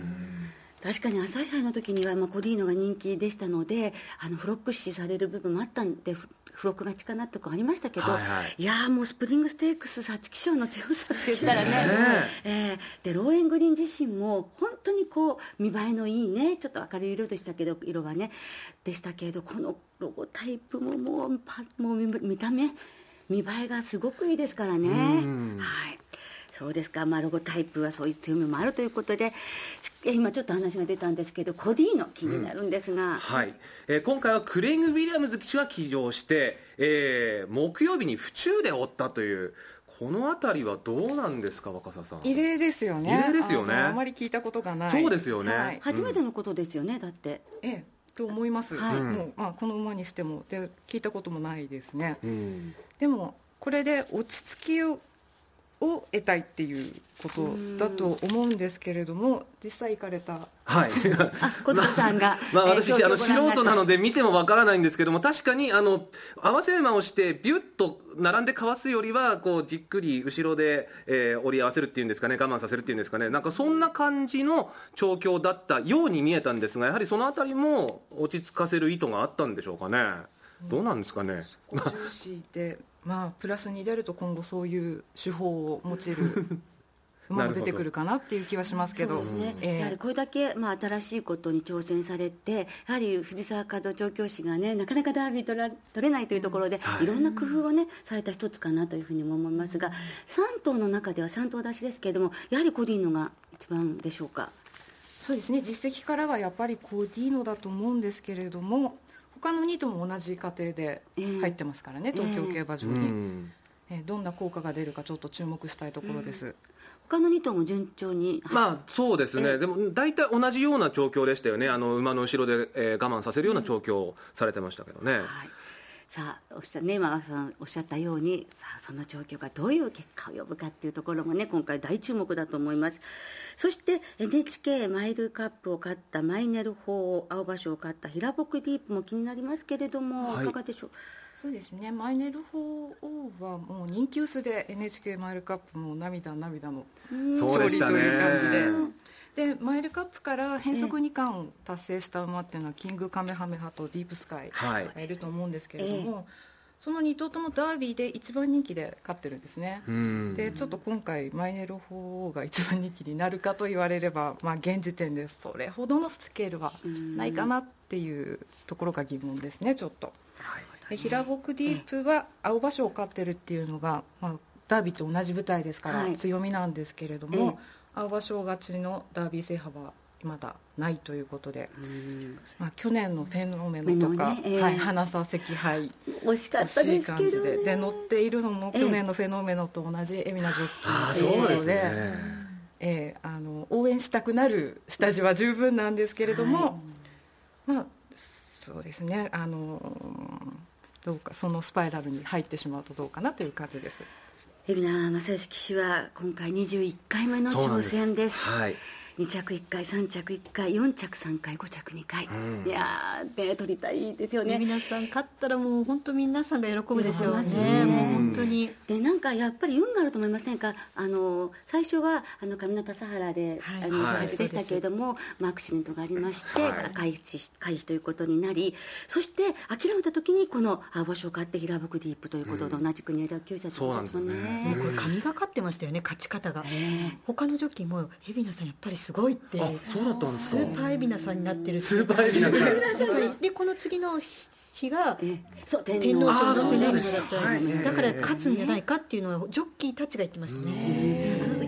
確かに朝日杯の時には、まあ、コディーノが人気でしたので、あのフロック視される部分もあったんで、フロックがちかなとかありましたけど、はいはい、いやもうスプリングステークス皐月賞の強さとしたらね、えー、でローエングリーン自身も本当にこう見栄えのいいね、ちょっと明るい色でしたけど、色はねでしたけれど、このロゴタイプももうパもう 見, 見た目見栄えがすごくいいですからね。はい、そうですか、まあ、ロゴタイプはそういう強みもあるということで、今ちょっと話が出たんですけど、コディーノ気になるんですが、うん、 はい、えー、今回はクレイグ・ウィリアムズ騎手が騎乗して、えー、木曜日に府中で追ったという、このあたりはどうなんですか、若狭さん。 異例ですよね。 異例ですよね。 あ, あまり聞いたことがない。 そうですよね、 はい、 初めてのことですよね、だって。 ええと思います、はい、もうまあ、この馬にしてもで聞いたこともないですね。うん、でもこれで落ち着きをを得たいっていうことだと思うんですけれども、実際行かれた。 はい小塚さんが、 まあ、まあ、私、えー、あの素人なので見てもわからないんですけども、確かにあの合わせ馬をしてビュッと並んでかわすよりはこうじっくり後ろで、えー、折り合わせるっていうんですかね、我慢させるっていうんですかね、なんかそんな感じの調教だったように見えたんですが、やはりそのあたりも落ち着かせる意図があったんでしょうかね。どうなんですかね。 重視でまあ、プラスに出ると今後そういう手法を用いる馬も出てくるかなっていう気はしますけど、 そうですね、えー、やはりこれだけ、まあ、新しいことに挑戦されて、やはり藤沢和夫調教師がねなかなかダービー取ら取れないというところで、うん、いろんな工夫をねされた一つかなというふうにも思いますが、さん頭の中ではさん頭出しですけれども、やはりコディーノが一番でしょうか。 そうですね、実績からはやっぱりコディーノだと思うんですけれども、他のに頭も同じ過程で入ってますからね、えー、東京競馬場に、えーえー、どんな効果が出るかちょっと注目したいところです、うん、 他のに頭も順調に、 まあそうですね、えー、でも大体同じような調教でしたよね。あの馬の後ろで、えー、我慢させるような調教をされてましたけどね、うん、はい、 さあおっしゃ、ね、馬場さんおっしゃったように、さあその調教がどういう結果を呼ぶかっていうところもね今回大注目だと思います。そして エヌエイチケー マイルカップを勝ったマイネル法、青葉賞を勝った平牧ディープも気になりますけれども、はい、いかがでしょう。 そうですね、マイネル法はもう人気薄で エヌエイチケー マイルカップも涙涙の勝利という感じで、でマイルカップから変則に冠を達成した馬っていうのはキングカメハメハとディープスカイがいると思うんですけれども、えーそのに頭ともダービーで一番人気で勝ってるんですね。でちょっと今回マイネル法が一番人気になるかと言われれば、まあ、現時点でそれほどのスケールはないかなっていうところが疑問ですね、ちょっと。で平牧ディープは青葉賞を勝ってるっていうのが、まあ、ダービーと同じ舞台ですから強みなんですけれども、はい、青葉賞勝ちのダービー制覇はまだないということで、まあ、去年のフェノメノとか、ねえーはい、花咲赤杯惜しかったですけど、ね、 で, で乗っているのも去年のフェノメノと同じ海老名ジョッキーということで、えーえー、あの応援したくなる下地は十分なんですけれども、はい、まあそうですね、あのどうかそのスパイラルに入ってしまうとどうかなという感じです。 海老名正義騎手は今回にじゅういっかいめの挑戦です。はい、に着いっかい、さん着いっかい、よん着さんかい、ご着にかい、うん、いやー、ね、取りたいですよね。 皆さん勝ったらもう本当皆さんが喜ぶでしょうね。もう本当にでなんかやっぱり運があると思いませんか。あの最初はあの上の笠原で、はい、あのはい、でしたけれども、まあ、アクシデントがありまして、はい、回避回避ということになり、そして諦めた時にこの青葉賞を勝って平牧ディープということと同じくに枝きゅう車ということですもんね。 もうこれ神がかってましたよね、勝ち方が。他のジョッキーも海老名さんやっぱりすごいって、 あ、そうだったんですか。 スーパー海老名さんになってる。 スーパー海老名さんでこの次の日がそう天皇賞の海老名だった、はい、だから勝つんじゃないかっていうのはジョッキーたちが言ってましたね。 あの時本当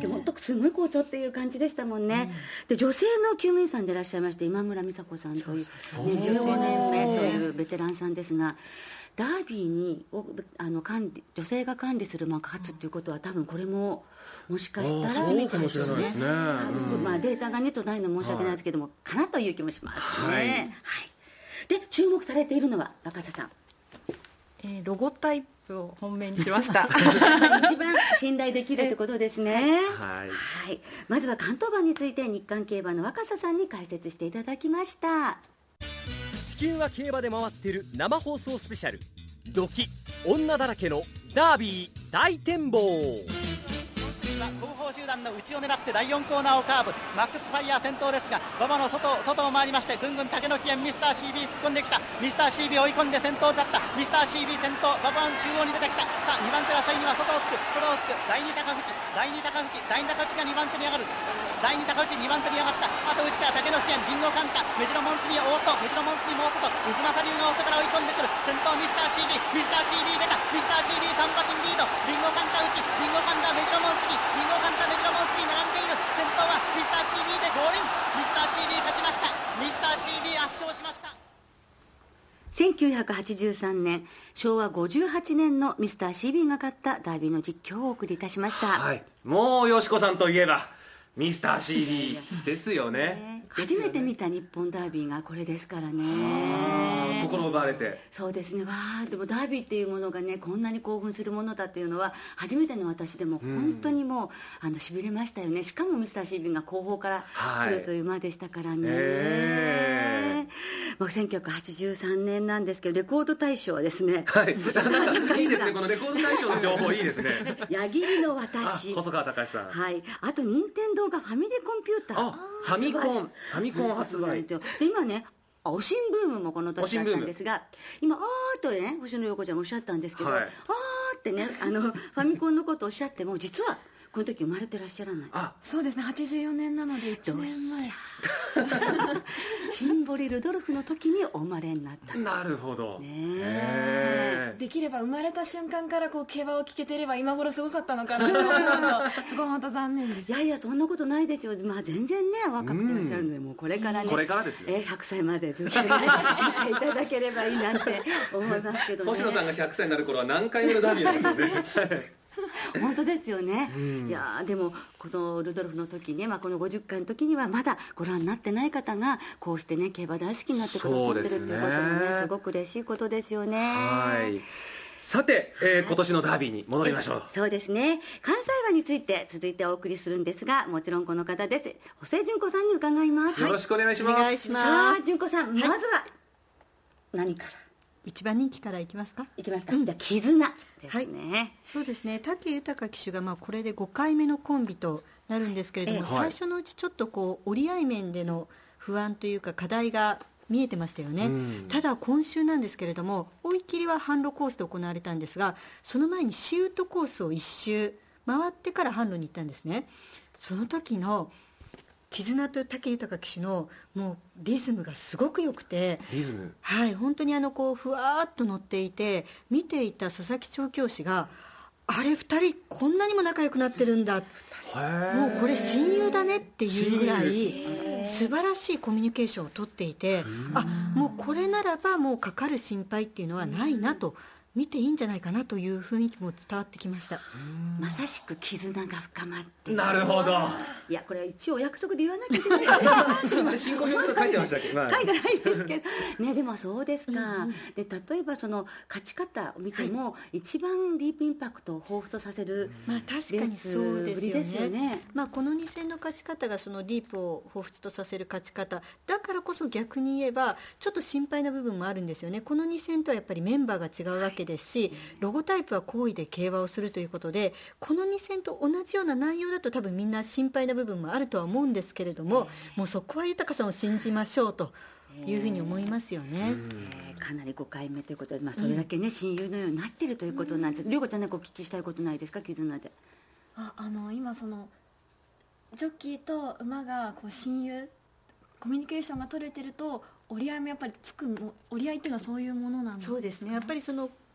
すごい好調っていう感じでしたもんね、うん、で女性の厩務員さんでいらっしゃいまして今村美佐子さんという、ね、じゅうごねんめというベテランさんですが、ダービーにあの管理女性が管理する馬が勝つっていうことは多分これももしかしたらそうかもしれないですね、 うん、まあ、データがねちょっとないの申し訳ないですけども、はい、かなという気もしますね、はいはい、で注目されているのは若狭さん、 えー、ロゴタイプを本命にしました一番信頼できるってことですね、はい、 はい、 まずは関東馬について日刊競馬の若狭さんに解説していただきました。 地球は競馬で回ってる生放送スペシャル、ドキ女だらけのダービー大展望。 後方集団の内を狙ってだいよんコーナーをカーブ、マックスファイヤー先頭ですが馬場の外を外を回りまして、ぐんぐん竹の木園ミスター シービー 突っ込んできた。ミスター シービー 追い込んで先頭だった。ミスター シービー 先頭、馬場中央に出てきた。さあにばん手争いには外をつく外をつくだいに高淵だいに高淵だいに高淵がにばん手に上がる。だいに高淵にばん手に上がった。あと内から竹の木園ビンゴカンタ、メジロモンスに大外、メジロモンスにもう外、渦政流が外から追い込んでくる。先頭ミスター シービー ミスター シービー 出た。ミスター シービー さん馬身リード。ビンゴカンタ内、ビンゴカンタメジロモンスにビンゴカンタメジロモンスに並んでいる。先頭はミスター シービー でゴールイン。ミスター シービー 勝ちました。ミスター シービー 圧勝しました。 せんきゅうひゃくはちじゅうさんねんしょうわごじゅうはちねんのミスター シービー が勝ったダービーの実況をお送りいたしました、 はい、もうよしこさんといえばミスター シービー ですよね。 初めて見た日本ダービーがこれですからね。 心奪われて。 そうですね。わあ、でもダービーっていうものがねこんなに興奮するものだっていうのは初めての私でも本当にもう、うん、あのしびれましたよね。しかもミスター シービー が後方から来るという馬でしたからね、はい、えーまあ、せんきゅうひゃくはちじゅうさんねんなんですけど、レコード大賞はですね、 はい、いいですね、このレコード大賞の情報いいですね矢切の私、 細川隆さん、 はい、あと任天堂がファミリーコンピューター、 あファミコンファミコン発売で今ね、おしんブームもこの年だったんですが、今あーっとね星野陽子ちゃんもおっしゃったんですけど、はい、あーってねあのファミコンのことをおっしゃっても実はこの時生まれてらっしゃらない。 あ、そうですね、はちじゅうよねんなのでいちねんまえシンボリ・ルドルフの時にお生まれになった。 なるほど、 ね、できれば生まれた瞬間からこう競馬を聞けてれば今頃すごかったのかなと思うとすごい本当残念です。 いやいや、そんなことないですよ、まあ、全然ね若くてらっしゃるので、もうこれからね、 これからですよ、 えー、ひゃくさいまでずっとね見ていただければいいなって思いますけどね。 星野さんがひゃくさいになる頃は何回目のダービーなんでしょうね本当ですよね、 うん、 いやでもこのルドルフの時ね、まあ、このごじゅっかいの時にはまだご覧になってない方がこうしてね競馬大好きになってくださってるっていうこともねすごく嬉しいことですよね。 はい、さて、えー、今年のダービーに戻りましょう。 そうですね、関西馬について続いてお送りするんですが、もちろんこの方です。補正純子さんに伺います。 よろしくお願いします。 お願いします。さあ純子さん、まずは何から？ 一番人気からいきますか。 いきますか、うん、じゃあ絆ですね、はい、 そうですね、武豊騎手がまあこれでごかいめのコンビとなるんですけれども、ええ、最初のうちちょっとこう折り合い面での不安というか課題が見えてましたよね、うん、ただ今週なんですけれども追い切りは販路コースで行われたんですが、その前にシウトコースを一周回ってから販路に行ったんですね。その時の絆と武豊騎手のもうリズムがすごく良くて、 リズム、 はい、本当にあのこうふわーっと乗っていて、見ていた佐々木調教師があれふたりこんなにも仲良くなってるんだ、もうこれ親友だねっていうぐらい素晴らしいコミュニケーションをとっていて、あもうこれならばもうかかる心配っていうのはないなと、見ていいんじゃないかなという雰囲気も伝わってきました。 まさしく絆が深まっている。 なるほど。 いやこれは一応お約束で言わなきゃいけない。 進行表と書いてましたっけ、まあ、 書いてないですけどね。でもそうですか、うんうん、で例えばその勝ち方を見ても、はい、一番ディープインパクトを彷彿とさせる、 まあ、確かにそうですよ ね, ですよね、まあ、このに戦の勝ち方がそのディープを彷彿とさせる勝ち方だからこそ、逆に言えばちょっと心配な部分もあるんですよね。このに戦とはやっぱりメンバーが違うわけですし、ロゴタイプは好意で競馬をするということで、このに戦と同じような内容だと多分みんな心配な部分もあるとは思うんですけれども、もうそこは豊さんを信じましょうというふうに思いますよね。 えー、かなりごかいめということで、まあ、それだけね、うん、親友のようになっているということなんです。涼子ちゃんなんかお聞きしたいことないですか、絆で。 ああの今そのジョッキーと馬がこう親友コミュニケーションが取れてると折り合いもやっぱりつく、折り合いっていうのはそういうものなんですか。 そうですね、やっぱりその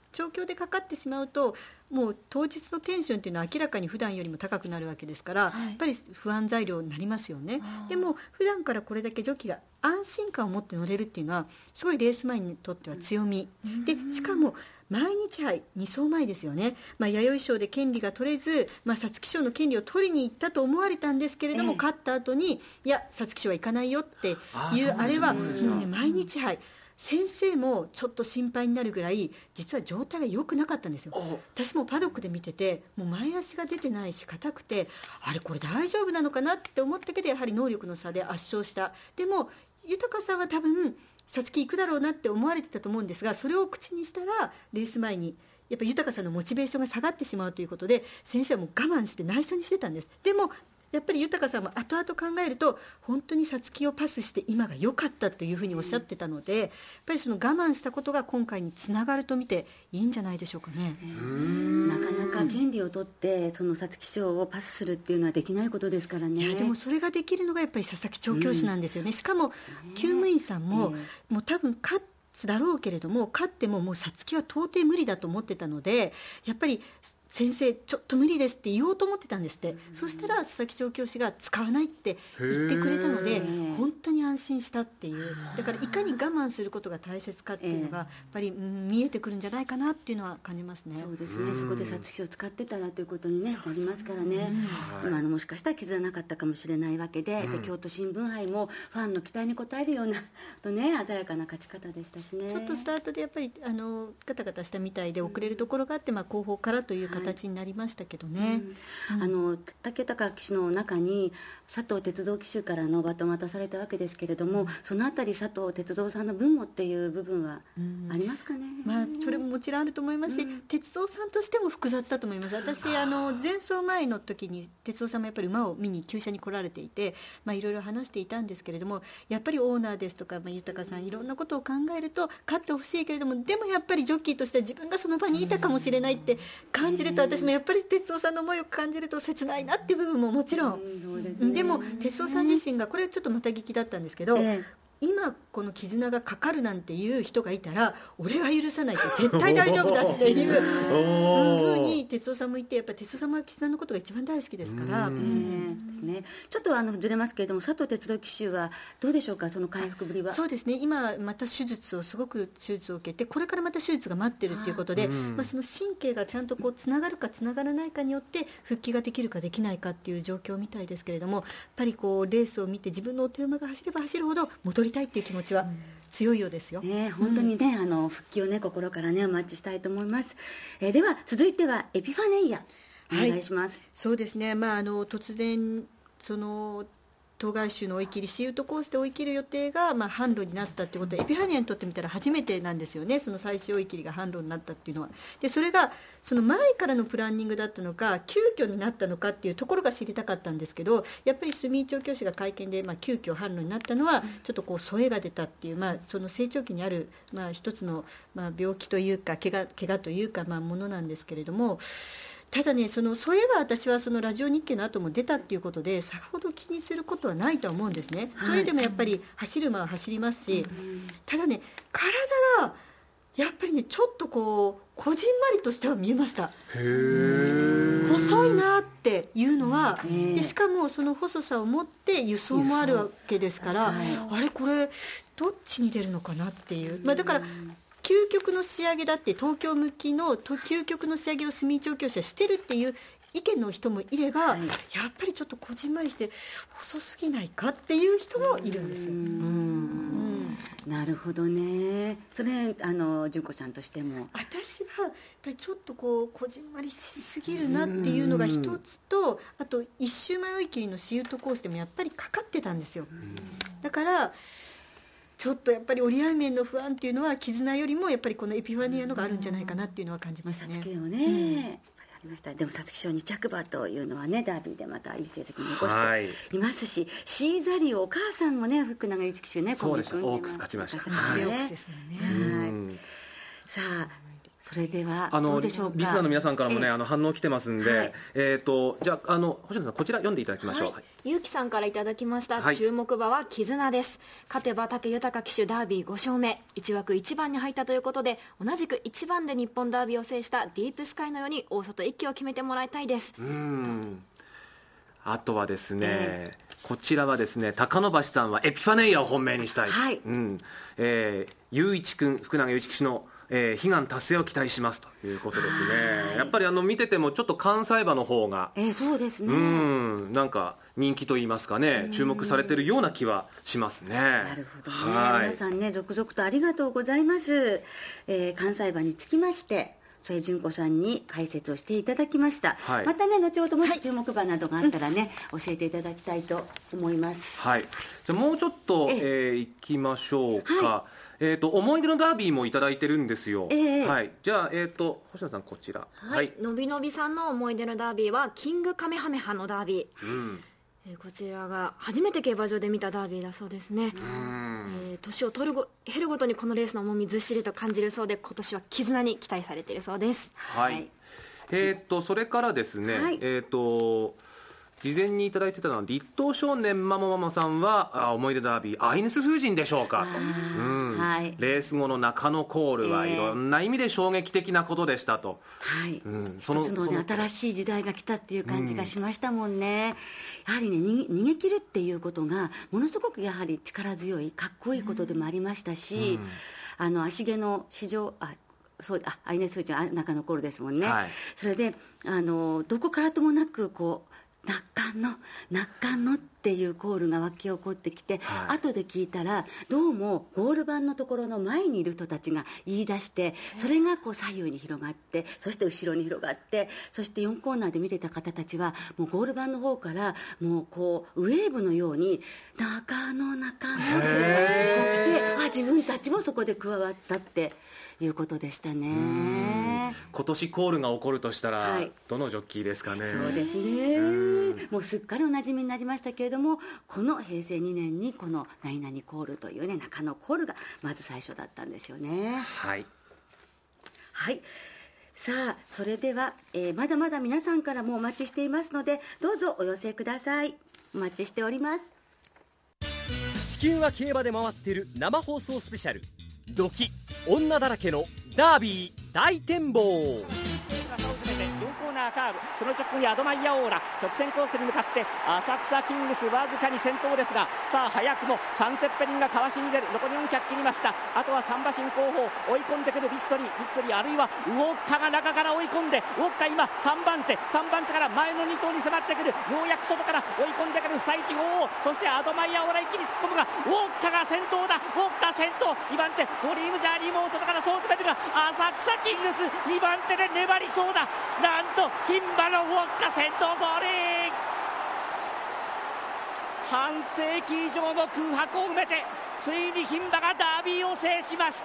調教でかかってしまうともう当日のテンションっていうのは明らかに普段よりも高くなるわけですから、はい、やっぱり不安材料になりますよね。でも普段からこれだけジョッキーが安心感を持って乗れるっていうのはすごいレース前にとっては強み、うん、でしかも毎日杯に走前ですよね、まあ、弥生賞で権利が取れず皐月賞の権利を取りに行ったと思われたんですけれども、ええ、勝った後にいや皐月賞は行かないよっていう あ, あれはもう、ね、毎日杯先生もちょっと心配になるぐらい実は状態が良くなかったんですよ。私もパドックで見ててもう前足が出てないし硬くてあれこれ大丈夫なのかなって思ったけどやはり能力の差で圧勝した。でも豊さんは多分皐月行くだろうなって思われてたと思うんですがそれを口にしたらレース前にやっぱ豊さんのモチベーションが下がってしまうということで先生はもう我慢して内緒にしてたんです。でもやっぱり豊さんも後々考えると本当に皐月をパスして今が良かったというふうにおっしゃってたのでやっぱりその我慢したことが今回につながると見ていいんじゃないでしょうかね。 なかなか権利を取ってその皐月賞をパスするっていうのはできないことですからね。 いやでもそれができるのがやっぱり佐々木調教師なんですよね、うん、しかも厩務員さんも、えー、もう多分勝つだろうけれども勝ってももう皐月は到底無理だと思ってたのでやっぱり先生ちょっと無理ですって言おうと思ってたんですって。そしたら佐々木調教師が使わないって言ってくれたので本当に安心したっていう。だからいかに我慢することが大切かっていうのがやっぱり、うん、見えてくるんじゃないかなっていうのは感じますね。 そうですね、そこで皐月賞を使ってたらということに、ね、なりますからね、うん、今のもしかしたら傷はなかったかもしれないわけ で,、うん、で京都新聞杯もファンの期待に応えるようなと、ね、鮮やかな勝ち方でしたしね。 ちょっとスタートでやっぱりあのガタガタしたみたいで遅れるところがあって、まあ、後方からという形になりましたけどね、 うんうん、あの武豊騎手の中に佐藤鉄道騎手からのバトンを渡されたわけですけれども、うん、そのあたり佐藤鉄道さんの分もっていう部分はありますかね。 うん、まあ、それももちろんあると思いますし、うん、鉄道さんとしても複雑だと思います。私あの前走前の時に鉄道さんもやっぱり馬を見に厩舎に来られていて、まあ、いろいろ話していたんですけれどもやっぱりオーナーですとか、まあ、豊さんいろんなことを考えると勝ってほしいけれどもでもやっぱりジョッキーとしては自分がその場にいたかもしれないって感じると、私もやっぱり鉄道さんの思いを感じると切ないなっていう部分ももちろん、うんで, ね、でも鉄道さん自身がこれはちょっとまた聞きだったんですけど、えー今この絆がかかるなんていう人がいたら俺は許さないって絶対大丈夫だっていうふうに哲夫さんも言ってやっぱり哲夫さんは絆のことが一番大好きですから、 うんですね、ちょっとあのずれますけれども佐藤鉄道騎手はどうでしょうかその回復ぶりは。 そうですね今また手術をすごく手術を受けてこれからまた手術が待ってるっていうことで、うんまあ、その神経がちゃんとこうつながるかつながらないかによって復帰ができるかできないかっていう状況みたいですけれどもやっぱりこうレースを見て自分のお手馬が走れば走るほど戻りたいっていう気持ちは強いようですよ、 ね、本当にね、うん、あの復帰をね心からねお待ちしたいと思います、えー、では続いてはエピファネイアお願いします、はい、 そうですね、まあ、あの突然その当該州の追い切りシーウッドコースで追い切る予定が、まあ、販路になったということでエピファニアにとってみたら初めてなんですよねその最終追い切りが販路になったっていうのは。でそれがその前からのプランニングだったのか急遽になったのかっていうところが知りたかったんですけどやっぱり住井調教師が会見で、まあ、急遽販路になったのはちょっとこう添えが出たっていう、まあ、その成長期にある、まあ、一つの、まあ、病気というか怪我、怪我というか、まあ、ものなんですけれどもただねそのそういえば私はそのラジオ日経の後も出たっていうことでさほど気にすることはないとは思うんですね、はい、それでもやっぱり走る馬は走りますし、うん、ただね体がやっぱりねちょっとこうこじんまりとしては見えました。へー細いなっていうのはでしかもその細さを持って輸送もあるわけですから、はい、あれこれどっちに出るのかなっていう、まあ、だから究極の仕上げだって東京向きの究極の仕上げを住井調教師はしてるっていう意見の人もいれば、はい、やっぱりちょっとこじんまりして細すぎないかっていう人もいるんですよ。うんうんなるほどね。それあの純子ちゃんとしても私はやっぱりちょっとこうこじんまりしすぎるなっていうのが一つとあと一周前追い切りのシーウッドコースでもやっぱりかかってたんですよ。だからちょっとやっぱり折り合い面の不安っていうのは絆よりもやっぱりこのエピファニアのがあるんじゃないかなっていうのは感じますね。 皐月もね、うん、ありました。でも皐月賞に着馬というのはねダービーでまたいい成績に残していますし、はい、シーザリオお母さんもね福永一騎手ねそうですオークス勝ちました。 はい、オークスですもんね。 はい、さあそれではあのどうでしょうか。 リスナーの皆さんからもね、 ええあの反応来てますんで、 はいえー、とじゃあ、あの星野さんこちら読んでいただきましょう。 はい、ゆうきさんからいただきました、 はい注目馬は絆です。勝てば武豊騎手ダービーご勝目、いち枠いちばんに入ったということで、同じくいちばんで日本ダービーを制したディープスカイのように大外一騎を決めてもらいたいです。 うーんあとはですね、 えこちらはですね、高野橋さんはエピファネイアを本命にしたい、 はいうんえー、雄一君、福永雄一騎手の、えー、悲願達成を期待しますということですね。やっぱりあの見ててもちょっと関西馬の方がええそうですね。 うんなんか人気と言いますかね、注目されてるような気はしますね。 なるほどね、 はい皆さんね続々とありがとうございます、えー関西馬につきまして添井純子さんに解説をしていただきました、 はいまたね後ほどもし注目馬などがあったらね、教えていただきたいと思いますはい、じゃあもうちょっと、 ええー、いきましょうか、 はえー、と思い出のダービーもいただいてるんですよ、 ええはい、じゃあ、えー、と星野さんこちらはい、のびのびさんの思い出のダービーはキングカメハメハのダービー、 うんえーこちらが初めて競馬場で見たダービーだそうですね。えー年を取るご減るごとにこのレースの重みずっしりと感じるそうで、今年は絆に期待されているそうです。 はい、 はいえー、とそれからですね、 はいえー、と事前にいただいてたのは立東少年ママママさんはあ思い出ダービーアイネス風神でしょうかと、うんはいレース後の中野コールはええいろんな意味で衝撃的なことでしたと、 はい、 うん一つの,、 そのね、新しい時代が来たっていう感じがしましたもんね、やはりね逃げ逃げ切るっていうことがものすごくやはり力強いかっこいいことでもありましたし、あの足毛の市場あそうあアイネス風神中野コールですもんね、 はいそれであのどこからともなくこう中野中野っていうコールが湧き起こってきて、 はい後で聞いたらどうもゴール板のところの前にいる人たちが言い出して、それがこう左右に広がって、そして後ろに広がって、そしてよんコーナーで見てた方たちはもうゴール板の方からもうこうウェーブのように中野中野ってこう来て、あ自分たちもそこで加わったっていうことでしたね。 今年コールが起こるとしたら、 はい、 どのジョッキーですかね。 そうですね、もうすっかりおなじみになりましたけれども、このへいせいにねんにこの何々コールというね中野コールがまず最初だったんですよね。 はいはい、さあそれでは、えーまだまだ皆さんからもお待ちしていますので、どうぞお寄せください。お待ちしております。 地球は競馬で回っている生放送スペシャル、ドキ女だらけのダービー大展望。 よんコーナーカーブ、その直後にアドマイヤオーラ、直線コースに向かって浅草キングスわずかに先頭ですが、さあ早くもサンセッペリンがかわしに出る。残りよんひゃく切りました。あとはサンバシン後方追い込んでくるビクトリービクトリーあるいはウォッカが中から追い込んで、ウォッカ今さんばん手さんばん手から前のに頭に迫ってくる。ようやく外から追い込んでくる不採地方、そしてアドマイヤオーラ一気に突っ込むが、ウォッカが先頭だ。ウォッカ先頭、にばん手ドリームジャーニーも外からそう詰めてるが、浅草キングスにばん手で粘りそうだ。なんと牝馬のウォッカ先頭ゴール、半世紀以上の空白を埋めてついに牝馬がダービーを制しました。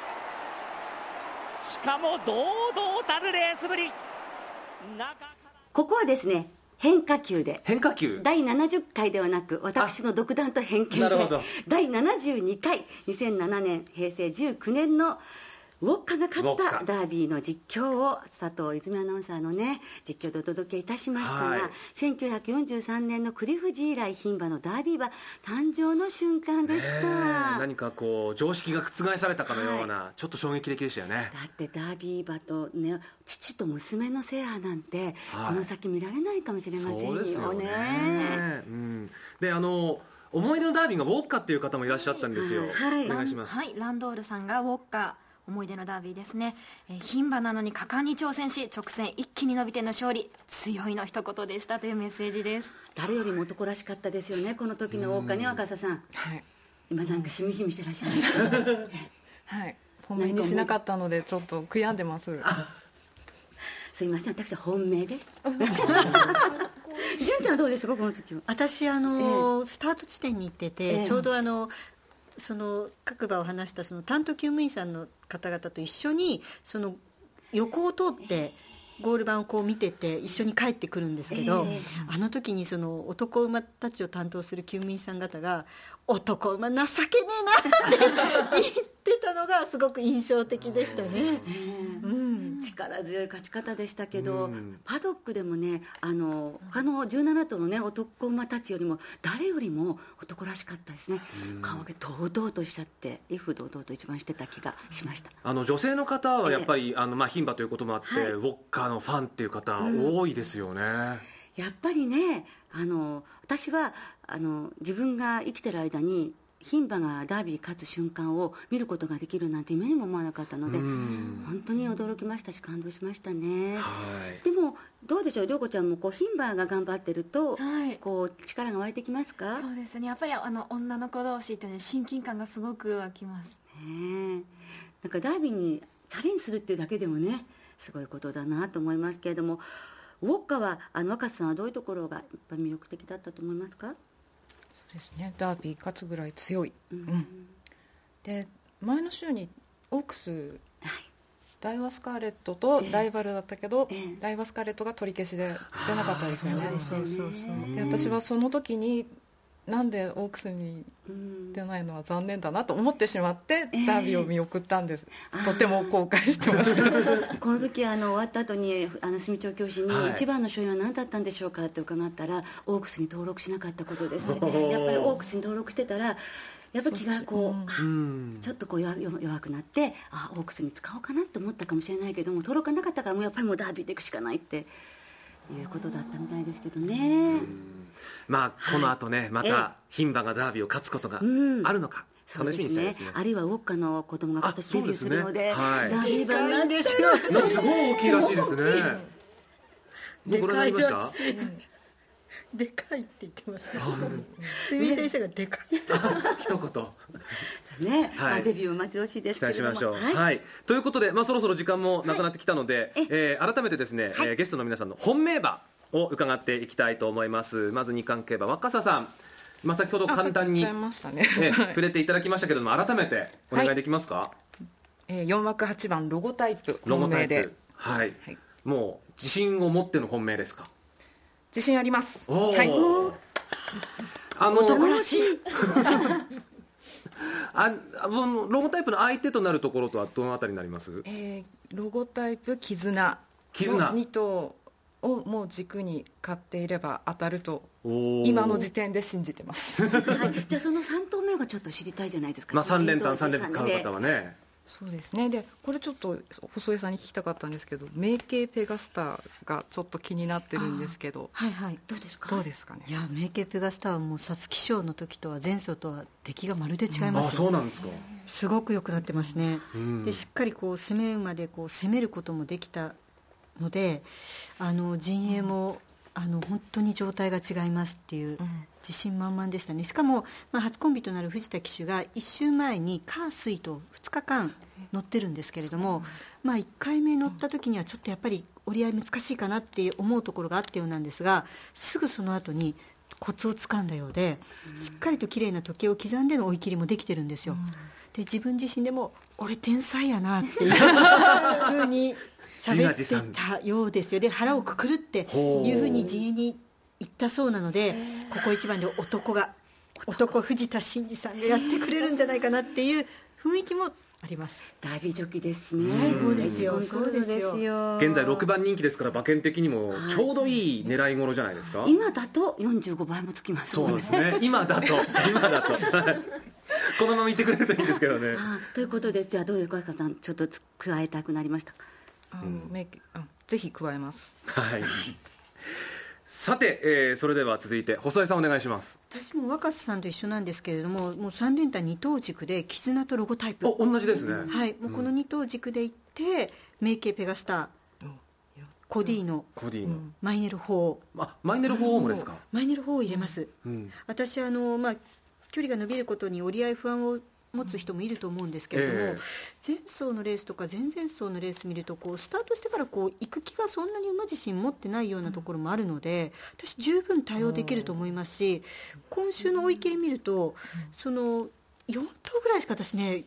しかも堂々たるレースぶり。中からここはですね変化球で変化球だいななじゅっかいではなく、私の独断と偏見でなるほどだいななじゅうにかいにせんななねんへいせいじゅうきゅうねんのウォッカが勝っウォッカたダービーの実況を佐藤泉アナウンサーのね実況でお届けいたしましたが、 はいせんきゅうひゃくよんじゅうさんねんの栗藤以来牝馬のダービー馬誕生の瞬間でしえた。 ー何かこう常識が覆されたかのような、ちょっと衝撃的でしたよね。 だってダービー馬と、ね、父と娘の制覇なんて、 はいこの先見られないかもしれませんよね。 そうですよね、うん、であの思い出のダービーがウォッカっていう方もいらっしゃったんですよ、 はいお願いします。 はい、ランドールさんがウォッカ思い出のダービーですね、えー、牝馬なのに果敢に挑戦し直線一気に伸びての勝利、強いの一言でしたというメッセージです。 誰よりも男らしかったですよね、この時のウォッカね。若狭さん、 はい、 今なんかしみじみしてらっしゃるんですけどはい、本命にしなかったのでちょっと悔やんでます。 すいません、私は本命です純ちゃんはどうですか、この時は。 私あの、 ええスタート地点に行ってて、 ええちょうどあのその各馬を話したその担当厩務員さんの方々と一緒にその横を通ってゴール板をこう見てて一緒に帰ってくるんですけど、えー、あの時にその男馬たちを担当する厩務員さん方が男馬情けねえなって言ってたのがすごく印象的でしたね、 うん、力強い勝ち方でしたけど、うん、パドックでもねあの他のじゅうななとうの、ね、男馬たちよりも誰よりも男らしかったですね、うん、顔が堂々としちゃって威風堂々と一番してた気がしました。 あの女性の方はやっぱり、えーあのまあ、牝馬ということもあって、はい、ウォッカのファンっていう方多いですよね、うん、 やっぱりねあの私はあの自分が生きてる間に牝馬がダービー勝つ瞬間を見ることができるなんて夢にも思わなかったので、本当に驚きましたし感動しましたね、はい、でもどうでしょう、涼子ちゃんもこう牝馬が頑張ってると、はい、こう力が湧いてきますか？ そうですね、やっぱりあの女の子同士という、ね、親近感がすごく湧きます、 ね、なんかダービーにチャレンジするっていうだけでもねすごいことだなと思いますけれども、ウォッカはあの若狭さんはどういうところがやっぱり魅力的だったと思いますか？ そうですね、ダービー勝つぐらい強い、うんうん、で前の週にオークス、はい、ダイワスカーレットとライバルだったけど、えー、ダイワスカーレットが取り消しで出なかったですよね。 そうそうそう。 で私はその時になんでオークスに出ないのは残念だなと思ってしまって、えー、ダービーを見送ったんです、とても後悔してましたこの時あの終わった後にあの住町教師に、はい、一番の勝因は何だったんでしょうかって伺ったらオークスに登録しなかったことですねやっぱりオークスに登録してたらやっぱ気がこう、うん、ちょっとこう 弱, 弱くなってあオークスに使おうかなと思ったかもしれないけども登録がなかったからもうやっぱりもうダービーでいくしかないっていうことだったみたいですけどね。 まあこの後ね、はい、また牝馬がダービーを勝つことがあるのか、うん、楽しみにしたいですね。 あるいはウォッカの子供が今年デビューするので、 ね、はい、 ダービー馬なんですよ。 なんかすごい大きいらしいですね。もうご覧になりました？ でかいって言ってましたすみ先生がでかい一言ね、はい、デビューを待ち遠しいですけれども、 期待しましょう、はいはい、ということで、まあ、そろそろ時間もなくなってきたので、はい、えー、改めてですね、はい、えー、ゲストの皆さんの本命馬を伺っていきたいと思います。まず二冠競馬若狭さん、まあ、先ほど簡単に、ね、えー、触れていただきましたけれども改めてお願いできますか？はい、 えー、よんわくはちばんロゴタイプ本命で、 はい、はい、もう自信を持っての本命ですか？ 自信あります。はい、 あの男らしいあロゴタイプの相手となるところとはどのあたりになります？ えー、ロゴタイプ絆のに頭をもう軸に買っていれば当たると今の時点で信じてます、 はい、じゃあそのさん頭目がちょっと知りたいじゃないですか、 まあ、さん連単さん連単買う方はね。 そうですね。でこれちょっと細江さんに聞きたかったんですけど、名系ペガスターがちょっと気になってるんですけど、 はいはい、どうですか？ どうですかね。 いや、名系ペガスターはもう皐月賞の時とは前走とは出来がまるで違いますよ、 うん、あ、そうなんですか。 すごく良くなってますね、うん、でしっかりこう攻め馬でこう攻めることもできたので、あの陣営も、うん、あの本当に状態が違いますっていう自信満々でしたね。しかも、まあ、初コンビとなる藤田騎手がいっ週前に火水とふつかかん乗ってるんですけれども、まあ、いっかいめ乗った時にはちょっとやっぱり折り合い難しいかなって思うところがあったようなんですが、すぐその後にコツをつかんだようで、しっかりと綺麗な時計を刻んでの追い切りもできてるんですよ。で自分自身でも俺天才やなっていうふうに喋っていたようですよ。で腹をくくるっていうふうに陣営に言ったそうなので、ここ一番で男が男藤田真二さんがやってくれるんじゃないかなっていう雰囲気もあります。 ダービージョッキーですしね。 そうですよ、そうですよ。 現在ろくばん人気ですから、馬券的にもちょうどいい狙い頃じゃないですか。 今だとよんじゅうごばいもつきますもんね。 そうですね、今だと今だとこのままいてくれるといいんですけどね。 あ、ということです。じゃあどうですか、さんちょっと加えたくなりましたか？ あ、うん、あぜひ加えます。 はいさて、えー、それでは続いて細江さんお願いします。 私も若狭さんと一緒なんですけれども、もうさん連単に頭軸で絆とロゴタイプ、 お同じですね、 はい、もうこのに頭軸でいって、うん、名系ペガスター、コディーノ、 コディーノ、 うん、マイネルホー、 あ、マイネルホーもですか？ マイネルホーを入れます、うん、私あの、まあ、距離が伸びることに折り合い不安を持つ人もいると思うんですけれども、えー、前走のレースとか前々走のレース見るとこうスタートしてからこう行く気がそんなに馬自身持ってないようなところもあるので、私十分対応できると思いますし、今週の追い切り見るとそのよん頭ぐらいしか私ね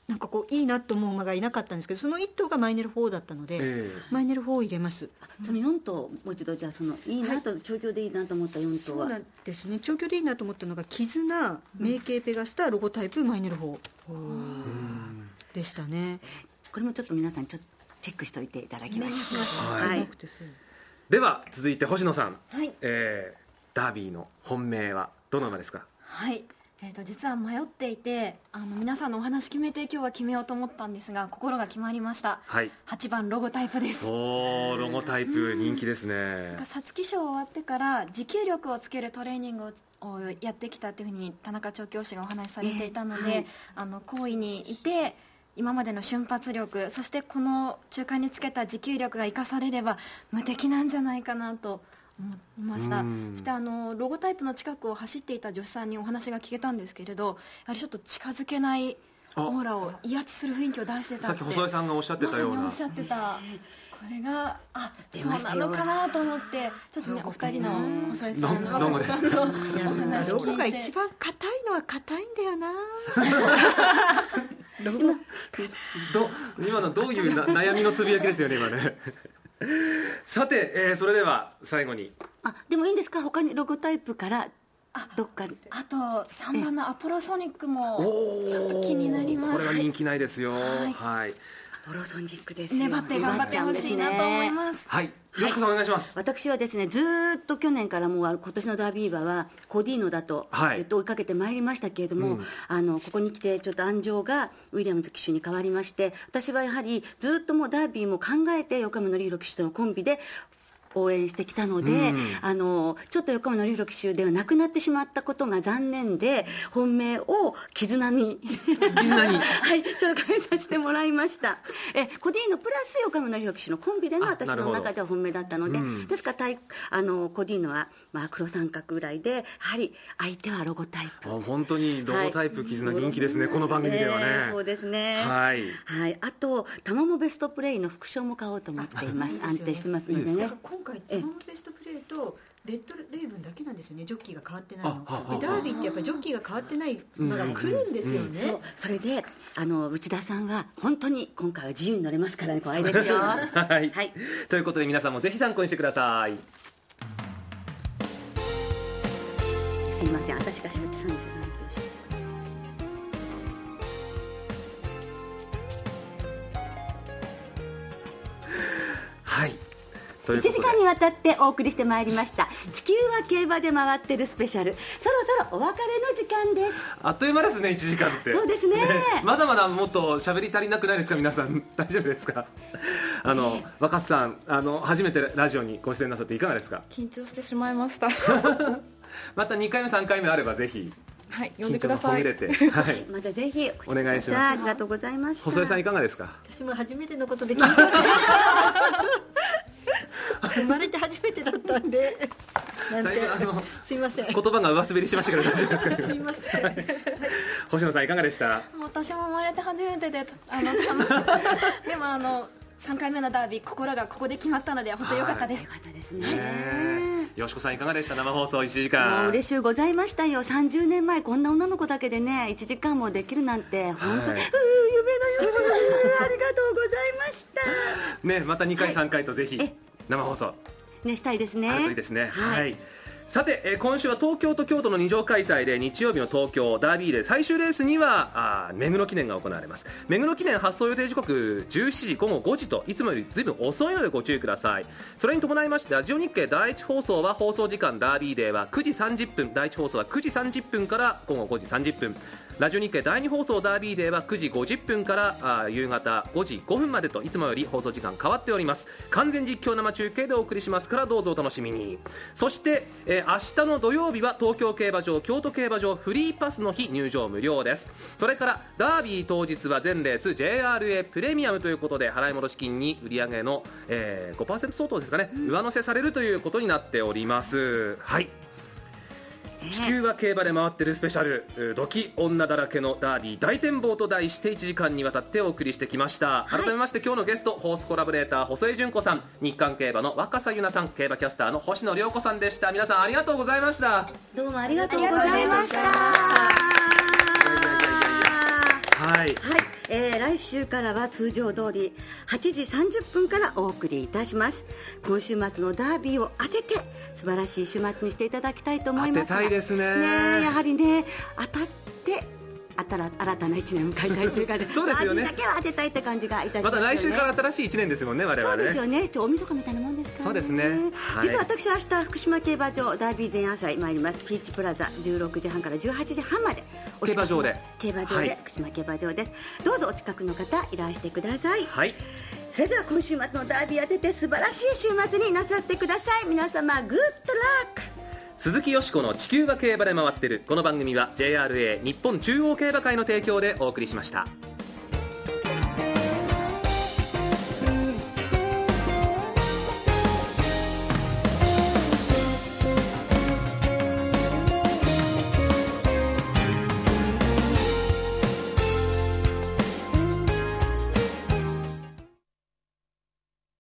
なんかこういいなと思う馬がいなかったんですけど、そのいっ頭がマイネルフォーだったので、えー、マイネルフォーを入れます。 そのよん頭もう一度じゃあ、そのいいなと、はい、調教でいいなと思ったよん頭は。 そうなんですね。調教でいいなと思ったのが絆、名系ペガスター、ロゴタイプマイネルフォーでしたね。 これもちょっと皆さんちょっとチェックしておいていただきましょう。 はいはい、では続いて星野さん、 はい、 えー、ダービーの本命はどの馬ですか？ はい、えー、と実は迷っていて、あの皆さんのお話決めて今日は決めようと思ったんですが、心が決まりました。 はい、 はちばんロゴタイプです。 おー、ロゴタイプ人気ですね。 皐月賞終わってから持久力をつけるトレーニングをやってきたというふうに田中調教師がお話しされていたので、えーはい、あの好位にいて今までの瞬発力、そしてこの中間につけた持久力が生かされれば無敵なんじゃないかなと思いました。そしてあのロゴタイプの近くを走っていた女子さんにお話が聞けたんですけれど、やはりちょっと近づけないオーラを威圧する雰囲気を出してたって、 さっき細井さんがおっしゃってたような、 まさにおっしゃってた。これがあそうなのかなと思って、ちょっとねお二人の細井さんの若狭さんのお話を聞いて、 ロゴが一番硬いのは硬いんだよな。 ど今のどういうな悩みのつぶやきですよね今ね。さて、えー、それでは最後に、 あでもいいんですか、他にロゴタイプからあどっかあとさんばんのアポロソニックもちょっと気になります。 これは人気ないですよ。はい、はい、 アポロソニックですよ。 粘って頑張ってほしいなと思います。 はい、よしこさんお願いします。 私はですね、ずーっと去年からもう今年のダービー馬はコディーノだと、はい、えっと、追いかけてまいりましたけれども、うん、あのここに来てちょっと安城がウィリアムズ騎手に変わりまして、私はやはりずっともうダービーも考えて横山典弘騎手とのコンビで応援してきたので、うん、あのちょっと横山典弘騎手ではなくなってしまったことが残念で、本命を絆に絆にはいちょっと変えさせてもらいました。えコディーノプラス横山典弘騎手のコンビでの私の中では本命だったので、うん、ですからあのコディーノは、まあ、黒三角ぐらいで、やはり相手はロゴタイプ。 あ本当にロゴタイプ、はい、絆人気ですね、この番組ではね。 そうですね、 はい、 はい、あと玉もベストプレイの副賞も買おうと思っています。安定してますのでね。 今回タマモベストプレーとレッドレーブンだけなんですよね、ジョッキーが変わってないの。ダービーってやっぱりジョッキーが変わってないのが来るんですよね、うんうんうん、 そうそれであの内田さんは本当に今回は自由に乗れますからね、怖いですよ。はい、 はい、ということで皆さんもぜひ参考にしてください。 すいません、私がしゃべってさんじゅうななびょうはい、 いちじかんにわたってお送りしてまいりました地球は競馬で回ってるスペシャル、そろそろお別れの時間です。 あっという間ですね、いちじかんって。 そうです ね, ねまだまだもっと喋り足りなくないですか皆さん。大丈夫ですか？あの、えー、若狭さん、あの初めてラジオにご出演なさっていかがですか？ 緊張してしまいましたまたにかいめさんかいめあればぜひ、 はい、呼んでください。 はい、 またぜひお願いします。 ありがとうございました。 細井さんいかがですか？ 私も初めてのことで緊張し生まれて初めてだったんでなんてあのすいません、 言葉が上滑りしましたけど大丈夫ですか？ すいません、はい、 星野さんいかがでした？ 私も生まれて初めてであの楽しでもあのさんかいめのダービー、心がここで決まったので本当に良かったです。 良かったですね。 よしこさんいかがでした？生放送いちじかん。 もう嬉しゅうございましたよ。さんじゅうねんまえこんな女の子だけでねいちじかんもできるなんて本当に、はい、夢のようありがとうございましたね。またにかいさんかいとぜひ生放送ねしたいですね。 いいですね。はい、はい、さて、えー、今週は東京と京都のに乗開催で、日曜日の東京ダービーで最終レースにはあ目黒記念が行われます。目黒記念発送予定時刻じゅうしちじ、午後ごじといつもよりずいぶん遅いのでご注意ください。それに伴いましてラジオ日経第一放送は放送時間ダービーデーはくじさんじゅっぷん、第一放送はくじさんじゅっぷんから午後ごじさんじゅっぷん、ラジオ日経第二放送ダービーデーはくじごじゅっぷんからあ夕方ごじごふんまでといつもより放送時間変わっております。完全実況生中継でお送りしますからどうぞお楽しみに。そして、えー、明日の土曜日は東京競馬場、京都競馬場フリーパスの日入場無料です。それからダービー当日は全レース ジェイアールエー プレミアムということで払い戻し金に売上の、えー、ごパーセント 相当ですかね、上乗せされるということになっております。はい、地球は競馬で回ってるスペシャル、ドキ女だらけのダービー大展望と題していちじかんにわたってお送りしてきました。改めまして今日のゲスト、ホースコラボレーター細井純子さん、日刊競馬の若狭由奈さん、競馬キャスターの星野涼子さんでした。皆さんありがとうございました。 どうもありがとうございました。 はい、はい、 ええー、来週からは通常通りはちじさんじゅっぷんからお送りいたします。今週末のダービーを当てて素晴らしい週末にしていただきたいと思いますが、 当てたいですね。 ね、やはりね、当たって新たないちねんを迎えたいというかでそうですよね、 ダービーだけは当てたいって感じがいたしますよね。 また来週から新しいいちねんですもんね、我々ね。 そうですよね、大晦日みたいなもんですからね。 そうですね、はい、 実は私は明日福島競馬場ダービー前夜祭参ります。ピーチプラザじゅうろくじはんからじゅうはちじはんまで競馬場で競馬場で、はい、福島競馬場です。どうぞお近くの方いらしてください。 はい、 それでは今週末のダービー当てて素晴らしい週末になさってください。皆様グッドラック。 鈴木よしこの地球は競馬で回ってる。この番組は ジェイアールエー 日本中央競馬会の提供でお送りしました。